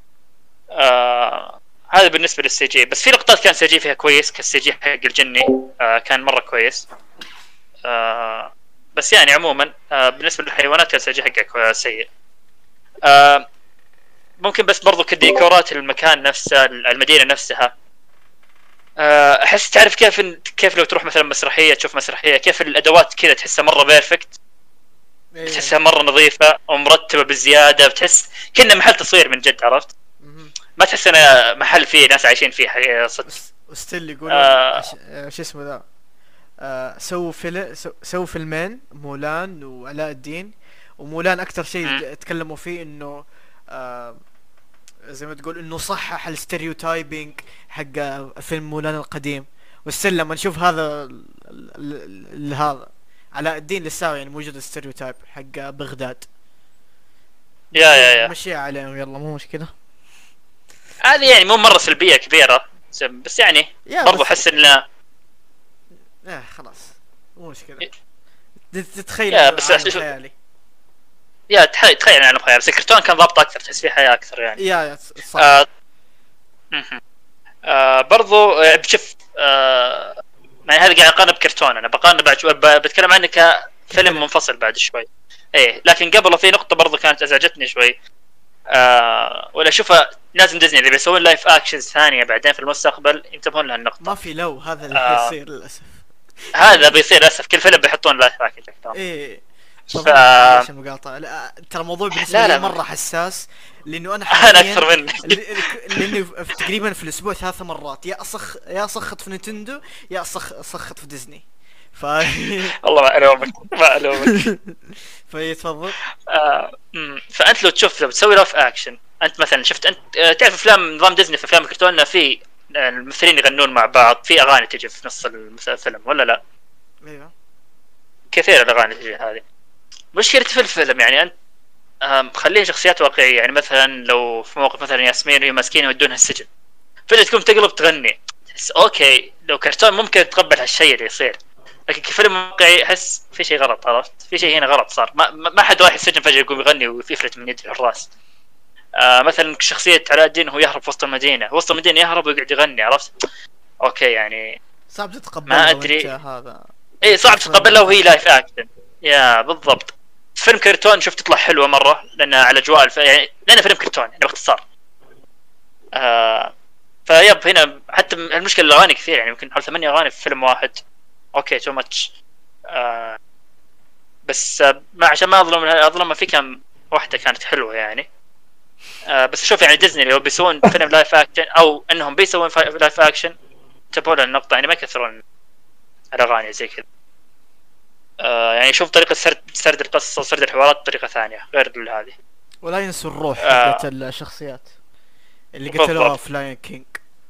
B: آه هذا بالنسبة للسي جي، بس في لقطات كان سي جي فيها كويس، كالسي جي حق الجني آه كان مرة كويس. آه بس يعني عموما آه بالنسبة للحيوانات كان سي جي حقه سيء. آه ممكن بس برضو كديكورات المكان نفسه، المدينة نفسها، آه احس تعرف كيف كيف لو تروح مثلا مسرحية، تشوف مسرحية كيف الادوات كذا تحسها مرة بيرفكت،
A: إيه.
B: بتحسها مرة نظيفة ومرتبة بزيادة، بتحس كأنه محل تصوير من جد، عرفت؟
A: مهم.
B: ما تحس انه محل فيه ناس عايشين فيه حقيقة صدق.
A: وس- وستيل يقولون
B: آه.
A: عش... آه، شو اسمه ذا، آه سووا فيلم، سو... سووا فيلمين، مولان وعلاء الدين. ومولان اكثر شيء
B: مم.
A: تكلموا فيه انه آه زي ما تقول انه صحح الستيريوتايبينج حق فيلم مولان القديم. والسل لما نشوف هذا ال... ال... ال... ال... هذا علاء الدين لسه يعني موجود الستيريوتايب حق بغداد.
B: يا يا يا
A: مشيها عليهم يلا مو مشكلة.
B: هذه يعني مو مرة سلبية كبيرة، بس يعني
A: يا
B: برضو
A: بس-
B: احس انه
A: ايه خلاص مو مشكلة. تتخيل
B: يا
A: إنه
B: بس
A: عالم
B: أشوف-
A: خيالي.
B: يا تخيل تخيل عن الخيال، بس الكرتون كان ضابط اكثر، تحس فيه حياة اكثر يعني.
A: يا يا صح.
B: آه مهم. آه برضو آه، بشوف آه يعني هذا قاعد اقارن بكرتون، انا بقارن بعد شوي ب- بتكلم عنه فيلم منفصل بعد شوي. ايه لكن قبله في نقطه برضو كانت ازعجتني شوي. آه ولا اشوفها لازم ديزني اذا بيسوون لايف اكشنز ثانيه بعدين في المستقبل ينتبهون لها النقطه.
A: ما في لو هذا اللي
B: آه.
A: حيصير للاسف.
B: هذا بيصير للاسف كل فيلم بيحطون لايف اكشن.
A: ايه
B: ف...
A: معلش المقاطعة. لا ترى الموضوع بالنسبة
B: لا
A: لي
B: لا
A: مرة حساس لانه انا
B: انا اكثر منك.
A: لانه تقريبا في الاسبوع ثلاث مرات يا اصخ يا صخت في نينتندو يا صخ صخت في ديزني. ف
B: والله ما الومك ما الومك.
A: فيتفضل.
B: آه... فانت لو تشوف لو بتسوي لايف اكشن انت مثلا شفت انت تعرف افلام نظام ديزني في افلام الكرتون في الممثلين يغنون مع بعض في اغاني تجي في نص الفيلم ولا لا؟
A: ايوه
B: كثير الاغاني تجي هذه. مشكلة في الفيلم يعني انت خليه شخصيات واقعية. يعني مثلا لو في موقف مثلا ياسمين وهي ماسكين يودونها السجن فجأة تكون تقلب تغني تحس اوكي لو كرتون ممكن تقبل هالشيء اللي يصير لكن كفيلم واقعي احس في شيء غلط. عرفت في شيء هنا غلط صار. ما, ما حد رايح السجن فجأة يقوم يغني ويفلت من يده الراس. آه مثلا شخصية علاء الدين هو يهرب في وسط المدينة وسط المدينة يهرب ويقعد يغني. عرفت اوكي يعني
A: صعب تتقبل.
B: ما ادري
A: هذا
B: اي صعب تتقبله وهي لايف اكشن. يا بالضبط. فيلم كرتون شوف تطلع حلوه مره لانها على اجواء الف... يعني لانه فيلم كرتون يعني باختصار. آه فيب هنا حتى المشكله الاغاني كثير يعني يمكن حوالي ثمانية اغاني في فيلم واحد. اوكي تو ماتش. آه بس آه ما عشان ما اظلم اظلم في كم واحده كانت حلوه يعني. آه بس شوف يعني ديزني لو بيسوون فيلم لايف اكشن او انهم بيسوون لايف اكشن انتبهوا للنقطه يعني ما يكثرون الاغاني زي كذا. آه يعني شوف طريقة سرد سرد القصة وسرد الحوارات بطريقة ثانية غير هذه.
A: ولا ينسوا الروح
B: آه.
A: حقت الشخصيات اللي قتلوها في لاين كينج.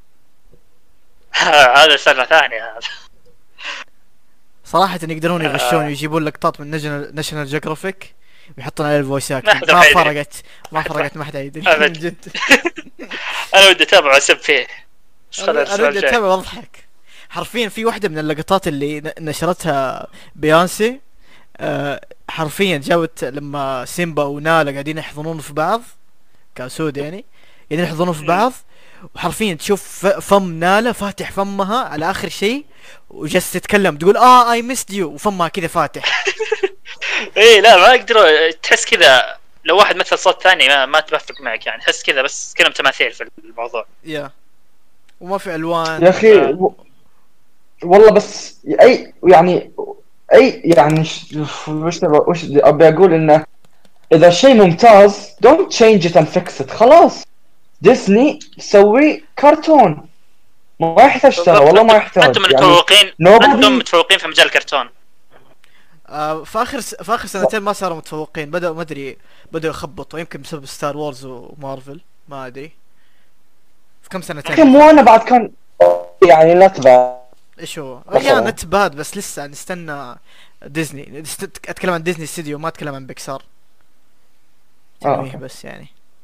B: هذا سنة ثانية هذا.
A: صراحة إن يقدرون يغشون ويجيبون لقطات من ناشونال جيوغرافيك ويحطون عليه الفويس اكتنج. ما فرقت ما فرقت ما حد يدري من جد.
B: أنا ودي أتابع وأسب فيه.
A: أنا ودي أتابع وأضحك. حرفيا في واحدة من اللقطات اللي نشرتها بيانسي أه حرفيا جابت لما سيمبا ونالا قاعدين يحضنون في بعض كاسود يعني قاعدين يحضنون في بعض وحرفيا تشوف فم نالا فاتح فمها على آخر شيء وجالسة تتكلم تقول اه اي ميست يو وفمها كذا فاتح.
B: ايه لا ما اقدر تحس كذا لو واحد مثل صوت ثاني ما, ما تبفق معك يعني تحس كذا بس كلام تماثيل في الموضوع.
A: يا وما في الوان
C: يا اخي و... والله بس اي يعني اي يعني وش وش ابي اقول انه اذا شيء ممتاز don't change it and fix it. خلاص ديزني سوي كرتون ما يحتاج ترى والله ما يحتاج.
B: انتم متفوقين
C: يعني
B: انتم متفوقين في مجال الكرتون.
A: آه في اخر س... في اخر سنتين ما صاروا متفوقين بدأوا ما ادري بدأوا يخبطوا يمكن بسبب ستار وورز ومارفل ما ادري في كم سنتين.
C: لكن مو انا بعد كان يعني لا تبع
A: ايش هو يا نت باد بس لسه نستنى ديزني. اتكلم عن ديزني استوديو ما اتكلم عن بيكسار تنويه. آه. بس يعني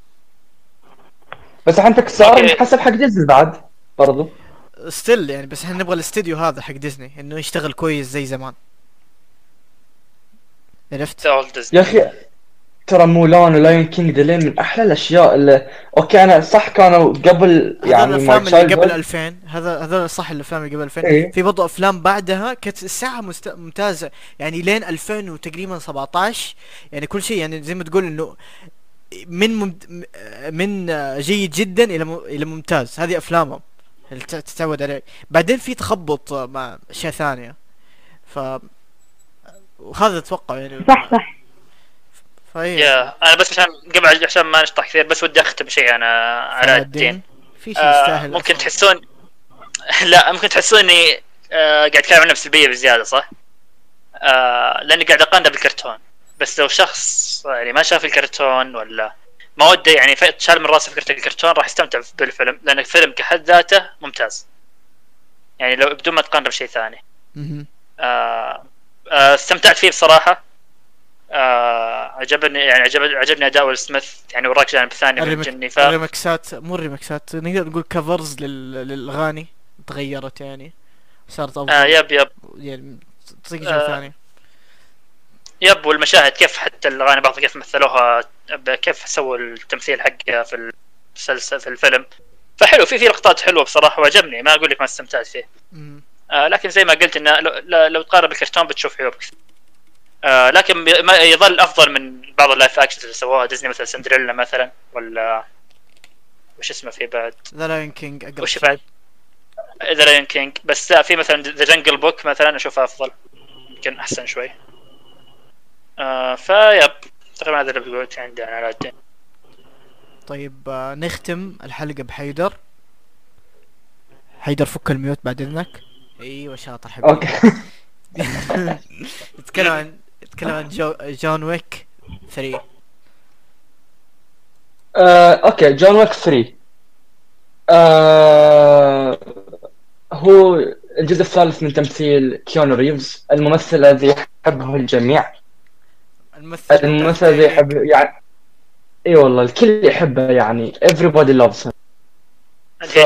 C: بس الحين بيكسار حسب حق ديزني بعد برضو
A: ستيل يعني بس احنا نبغى الاستوديو هذا حق ديزني انه يشتغل كويس زي زمان. عرفت
C: يا اخي ترى مولان ولاين كينج دلين من احلى الاشياء اللي اوكي انا صح كانوا قبل يعني
A: الافلام اللي قبل ألفين. هذا هذا صح الافلام اللي قبل ألفين.
C: إيه؟
A: في برضو افلام بعدها كانت الساعه مست... ممتازه يعني لين ألفين وتقريبا سبعتاشر يعني كل شيء يعني زي ما تقول انه من ممت... من جيد جدا الى م... الى ممتاز. هذه افلامهم اللي تتعود عليه. بعدين في تخبط مع اشياء ثانيه ف وهذا اتوقع يعني
D: صح صح.
B: يا انا بس عشان قبل عشان ما نشطح كثير بس ودي اختم شيء انا على الدين.
A: في شيء يستاهل.
B: آه ممكن أصلاً. تحسون لا ممكن تحسون اني آه قاعد اتكلم عن نفس البيئة بزياده صح؟ آه لاني قاعد اقارنه بالكرتون. بس لو شخص يعني ما شاف الكرتون ولا ما وده يعني شال من راسه فكرة الكرتون راح يستمتع بالفيلم لان الفيلم كحد ذاته ممتاز. يعني لو بدون ما تقارنه بشيء ثاني. آه آه استمتعت فيه بصراحة. آه عجبني يعني عجب عجبني اداء ويل سميث يعني وراك جانب ثاني من الجني. ف
A: الريمكسات مو الريمكسات نقدر نقول كفرز لل... للاغاني تغيرت يعني صارت افضل.
B: آه يب يب
A: يعني تصير جو
B: آه
A: ثاني.
B: يب والمشاهد كيف حتى الاغاني بعض كيف مثلوها كيف سووا التمثيل حقها في المسلسل في الفيلم. فحلو في في لقطات حلوه بصراحه وعجبني ما اقول لك ما استمتعت فيه. آه لكن زي ما قلت انه لو, لو تقارب الكرتون بتشوف عيوب كثير. آه لكن بي- ما يظل افضل من بعض اللايف اكشنز اللي سووها ديزني مثل سندريلا مثلا، ولا وش اسمه في بعد،
A: ذا لاين كينج اقرب
B: وش
A: شيء.
B: بعد ذا لاين كينج. بس لا، في مثلا ذا جنجل بوك مثلا اشوفها افضل، يمكن احسن شوي. آه فيب تقريبا هذا اللي قلت عندي عن الادين.
A: طيب آه، نختم الحلقة بحيدر. حيدر فك الميوت بعد اذنك. ايوه شاطر حبيبي.
C: اوكي.
A: نتكلم عن نتكلم عن جو... جون ويك ثري.
C: آه، اوكي، جون ويك ثري. آه، هو الجزء الثالث من تمثيل كيانو ريفز، الممثل الذي يحبه الجميع،
A: الممثل
C: الممثل الذي يحب يعني اي والله الكل يحبه، يعني everybody loves him. ف...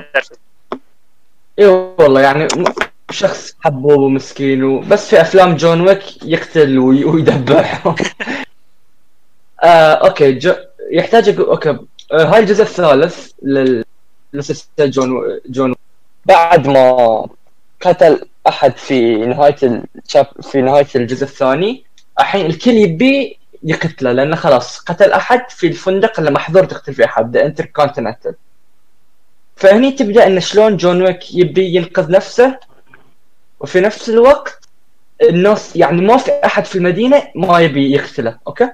C: اي والله يعني م- شخص حبوب ومسكين و... بس في افلام جون ويك يقتل وي... ويدبح. آه، اوكي جو... يحتاج أقول... اوكي آه، هاي الجزء الثالث لل... لسلسلة جون و... جون بعد ما قتل احد في نهاية الشاب في نهاية الجزء الثاني، الحين الكل يبي يقتله لانه خلاص قتل احد في الفندق اللي محظور تقتل فيه احد، ذا انتركونتيننتال. فهني تبدا ان شلون جون ويك يبي ينقذ نفسه، وفي نفس الوقت الناس يعني ما في احد في المدينه ما يبي يقتله. اوكي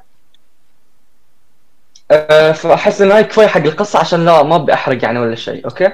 C: أه فاحس ان هاي كفايه حق القصه عشان لا ما ابي احرق يعني ولا شيء. اوكي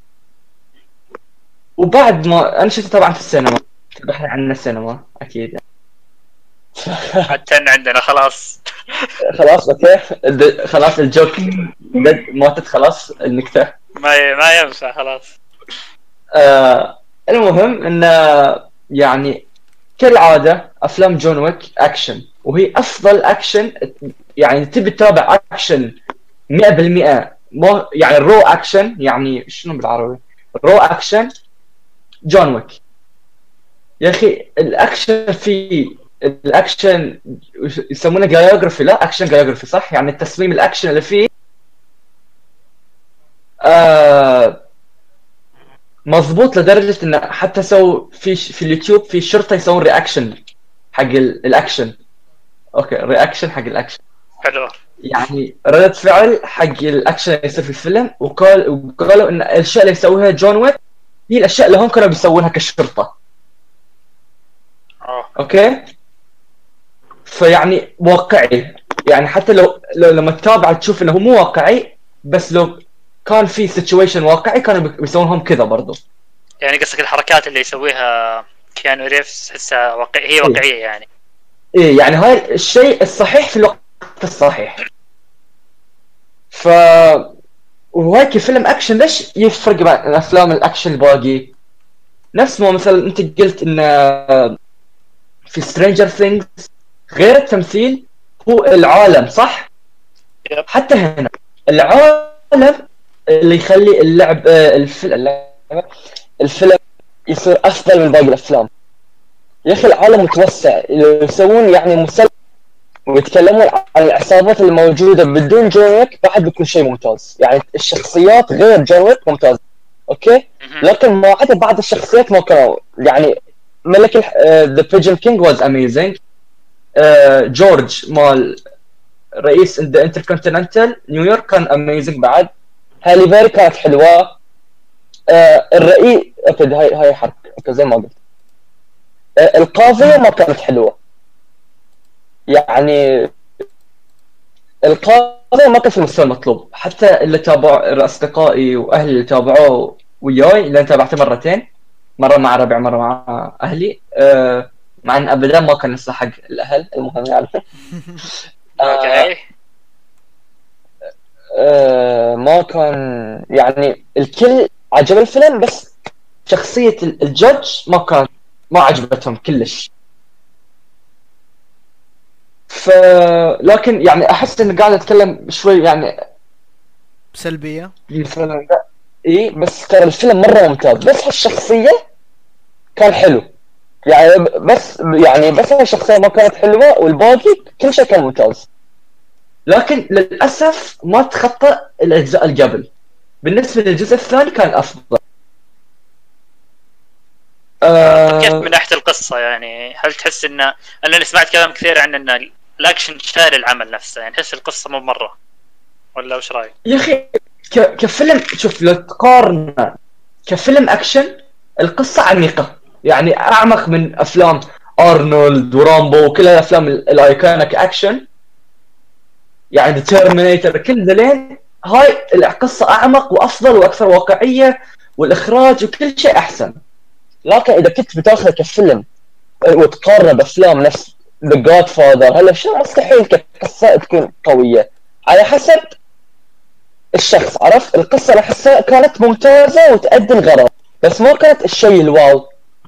C: وبعد ما انا شفته طبعا في السينما، بحكي عن السينما اكيد يعني.
B: حتى عندنا خلاص.
C: خلاص اوكي الد- خلاص الجوك دد ماتت خلاص النكته.
B: ما ي... ما ينفع خلاص.
C: آه المهم ان يعني كالعاده افلام جون ويك اكشن، وهي افضل اكشن. يعني تبي تتابع اكشن مئة بالمئة، مو يعني رو اكشن، يعني شنو بالعربي رو اكشن، جون ويك. يا اخي الاكشن في الاكشن يسمونه جايوغرافي، لا اكشن جايوغرافي صح، يعني التصميم الاكشن اللي فيه آه مضبوط لدرجه ان حتى سووا في في اليوتيوب في شرطه يسوون رياكشن حق ال- الاكشن. اوكي رياكشن حق الاكشن،
B: حلو.
C: يعني ردة فعل حق الاكشن اللي يصير في الفيلم. وقال وقالوا ان الاشياء اللي يسويها جون ويك هي الاشياء اللي هم كانوا بيسوونها كشرطه.
B: اه
C: اوكي فيعني واقعي، يعني حتى لو, لو لما تتابع تشوف انه هو مو واقعي، بس لو كان في سيتويشن واقعي كانوا بيسوونهم كذا برضو.
B: يعني قصدك الحركات اللي يسويها كيانو ريفز تحسها واقعية، هي واقعية يعني.
C: ايه يعني هاي الشيء الصحيح في الوقت الصحيح. ف وهيك فيلم اكشن ليش يفرق مع الافلام الاكشن الباقي؟ نفس ما مثلا انت قلت ان في سترينجر ثينجز غير التمثيل هو العالم صح؟
B: يب.
C: حتى هنا العالم اللي يخلي اللعب الفيلم الفيلم يصير افضل من باقي الافلام. يا اخي العالم متوسع، يسوون يعني مسلسل ويتكلمون عن العصابات الموجودة بدون جون ويك بعد بكل شيء ممتاز. يعني الشخصيات غير جون ويك ممتاز اوكي، لكن ما عدا بعض الشخصيات ما كانوا يعني ملك ذا بيجن كينج واز اميزنج، جورج مال رئيس ذا انتركونتيننتال نيويورك كان اميزنج بعد، هالي بيري كانت حلوة. آه الرئيس اوكي هاي هاي حركة اوكي زي ما قلت. آه القاضية ما كانت حلوة، يعني القاضي ما كان في المستوى المطلوب. حتى اللي تابع اصدقائي واهلي اللي تابعوه وياي، اللي تابعته مرتين، مره مع ربع مره مع اهلي، أه مع ان ابدا ما كان لسه حق الاهل. المهم يعني
B: اوكي
C: أه ما كان يعني الكل عجب الفيلم، بس شخصيه الجudge ما كانت ما عجبتهم كلش. ف لكن يعني احس اني قاعد اتكلم شوي يعني
A: سلبية.
C: الفيلم ده اي، بس ترى الفيلم مره ممتاز، بس هالشخصيه كان حلو يعني، بس يعني بس هالشخصيه ما كانت حلوه والباقي كل شيء كان ممتاز. لكن للاسف ما تخطى الاجزاء اللي قبل. بالنسبه للجزء الثاني كان افضل.
B: كيف
C: آه
B: من ناحيه القصه يعني؟ هل تحس ان انا سمعت كلام كثير عن ان الاكشن شال العمل نفسه، يعني تحس القصه مو مره، ولا وش رايك؟
C: يا اخي ك... كفيلم، شوف لو تقارن كفيلم اكشن القصه عميقه، يعني اعمق من افلام ارنولد ورامبو وكل الافلام ال- الايكونيك اكشن، يعني تيرمينيتر كل ذلين. هاي القصه اعمق وافضل واكثر واقعيه، والاخراج وكل شيء احسن. لكن اذا كنت بتاخذ كفيلم وتقارنه بافلام نفس ذا جاد فاذر، هلا شو مستحيل كقصه تكون قويه على حسب الشخص. عرفت القصه احسها كانت ممتازه وتأدي الغرض، بس ما كانت الشيء الواو.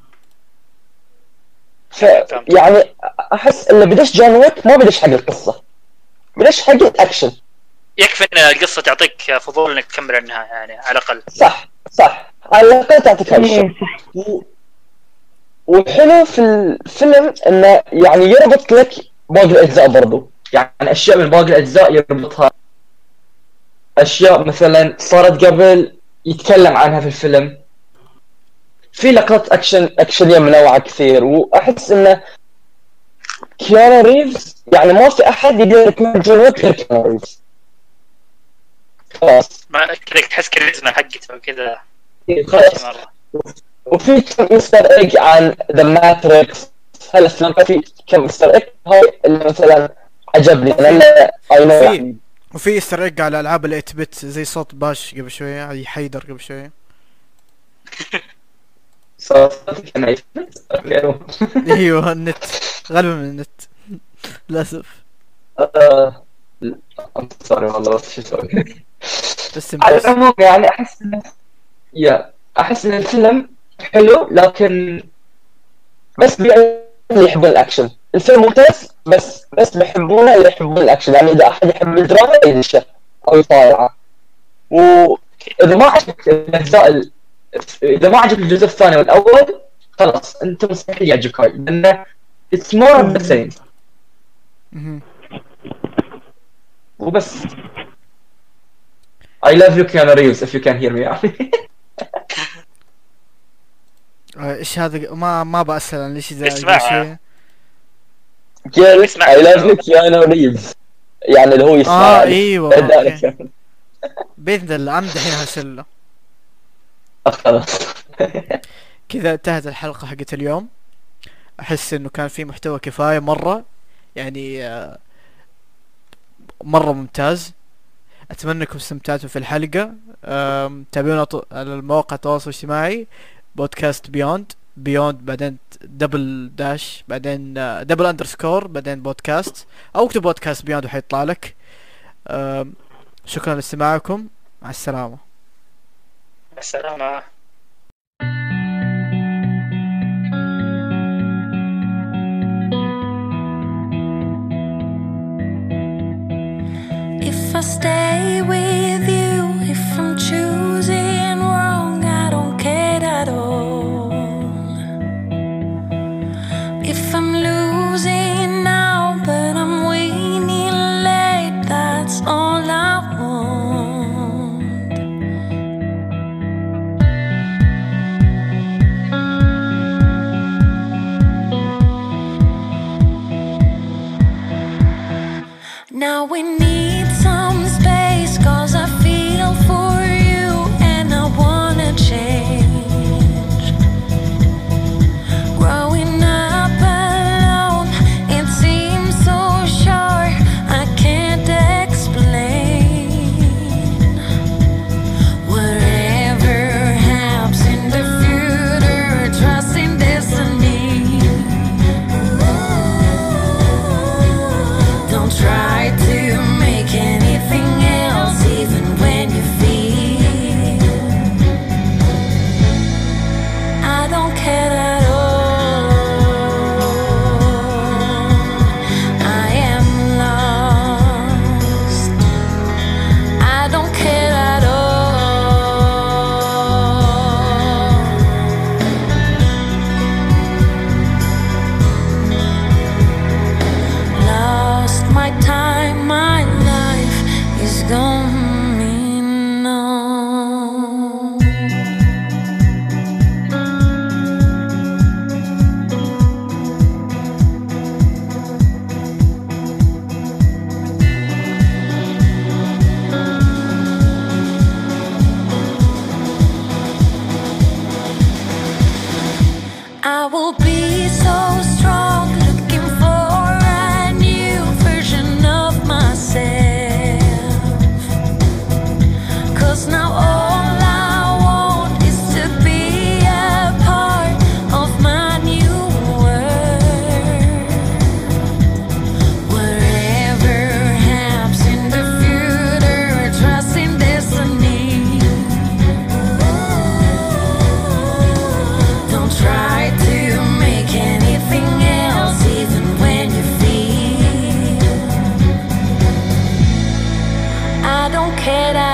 C: ف يعني احس اللي بدش جون ويك ما بدش حق القصه، بدش حق الاكشن.
B: يكفي ان القصه تعطيك فضول انك تكمل النهايه يعني على الاقل.
C: صح صح، على الاقل تعطيك هالشيء.
D: إيه صح.
C: و- والحلو في الفيلم انه يعني يربط لك باقي الاجزاء برضو، يعني اشياء من باقي الاجزاء يربطها، اشياء مثلا صارت قبل يتكلم عنها في الفيلم. في لقطات اكشن اكشنيه منوعه كثير، واحس انه كيانو ريفز يعني ما في احد يقدر يكون جون ويك غير كيانو ريفز. خلاص
B: ما كذا تحس كاريزما حقته وكذا
C: خلاص.
B: مره.
C: وفي كم مستر ايج عن ذا ماتريكس، هالافلام في كم مستر ايج هاي اللي مثلا عجبني انا. اي نو
A: في وفي استرق على العاب الايت بت زي صوت باش قبل شويه، هي حيدر قبل شويه.
C: صوتك انا اوكي.
A: ايوه النت، غالبا من النت للاسف.
C: سوري والله، بس شو اسوي.
A: بس
C: على
A: بس
C: العموم يعني احس إن- يا احس ان الفيلم حلو، لكن بس اللي يحبون الاكشن الفيلم ممتاز، بس بس بيحبونه اللي يحبون الاكشن. يعني اذا احد يحب الدراما يدشه او يطالعه. واذا ما عجبك الاجزاء ال... اذا ما عجبك الجزء الثاني والاول خلاص انت مستحيل يعجبك هاي، لانه اتس مور اوف ذا سيم.
A: مهم.
C: وبس. I love you Keanu Reeves if you can hear me يعني.
A: آه، ايش هذا؟ ما ما بأسأل عن ليش اذا
B: اسمعها.
A: قبل شوية.
C: Yes,
B: اسمع
C: I love
B: اسمع.
C: you Keanu Reeves، يعني اللي هو يسمع
A: اه
C: يعني.
A: ايوه
C: ده
A: اوكي.
C: أنا
A: باذن الله انا دحين هرسل له.
C: خلاص.
A: كذا انتهت الحلقة حقت اليوم. احس انه كان في محتوى كفاية مرة، يعني آه، مرة ممتاز. اتمنى انكم استمتعتوا في الحلقة. آم، تابعونا ط- على المواقع التواصل الاجتماعي، بودكاست بيوند بيوند بعدين دبل داش بعدين آه، دبل اندرسكور بعدين بودكاست، او اكتب بودكاست بيوند وحيطلع لك. آم، شكرا لاستماعكم، مع السلامة.
B: السلامه.
E: If I stay with you, if I'm choosing wrong, I don't care at all. If I'm losing now, but I'm winning late, that's all I want. Now we need some space, cause I feel for you and I wanna change. Growing up alone, it seems so short, I can't explain. Whatever happens in the future, trust in destiny. Don't try to make anything head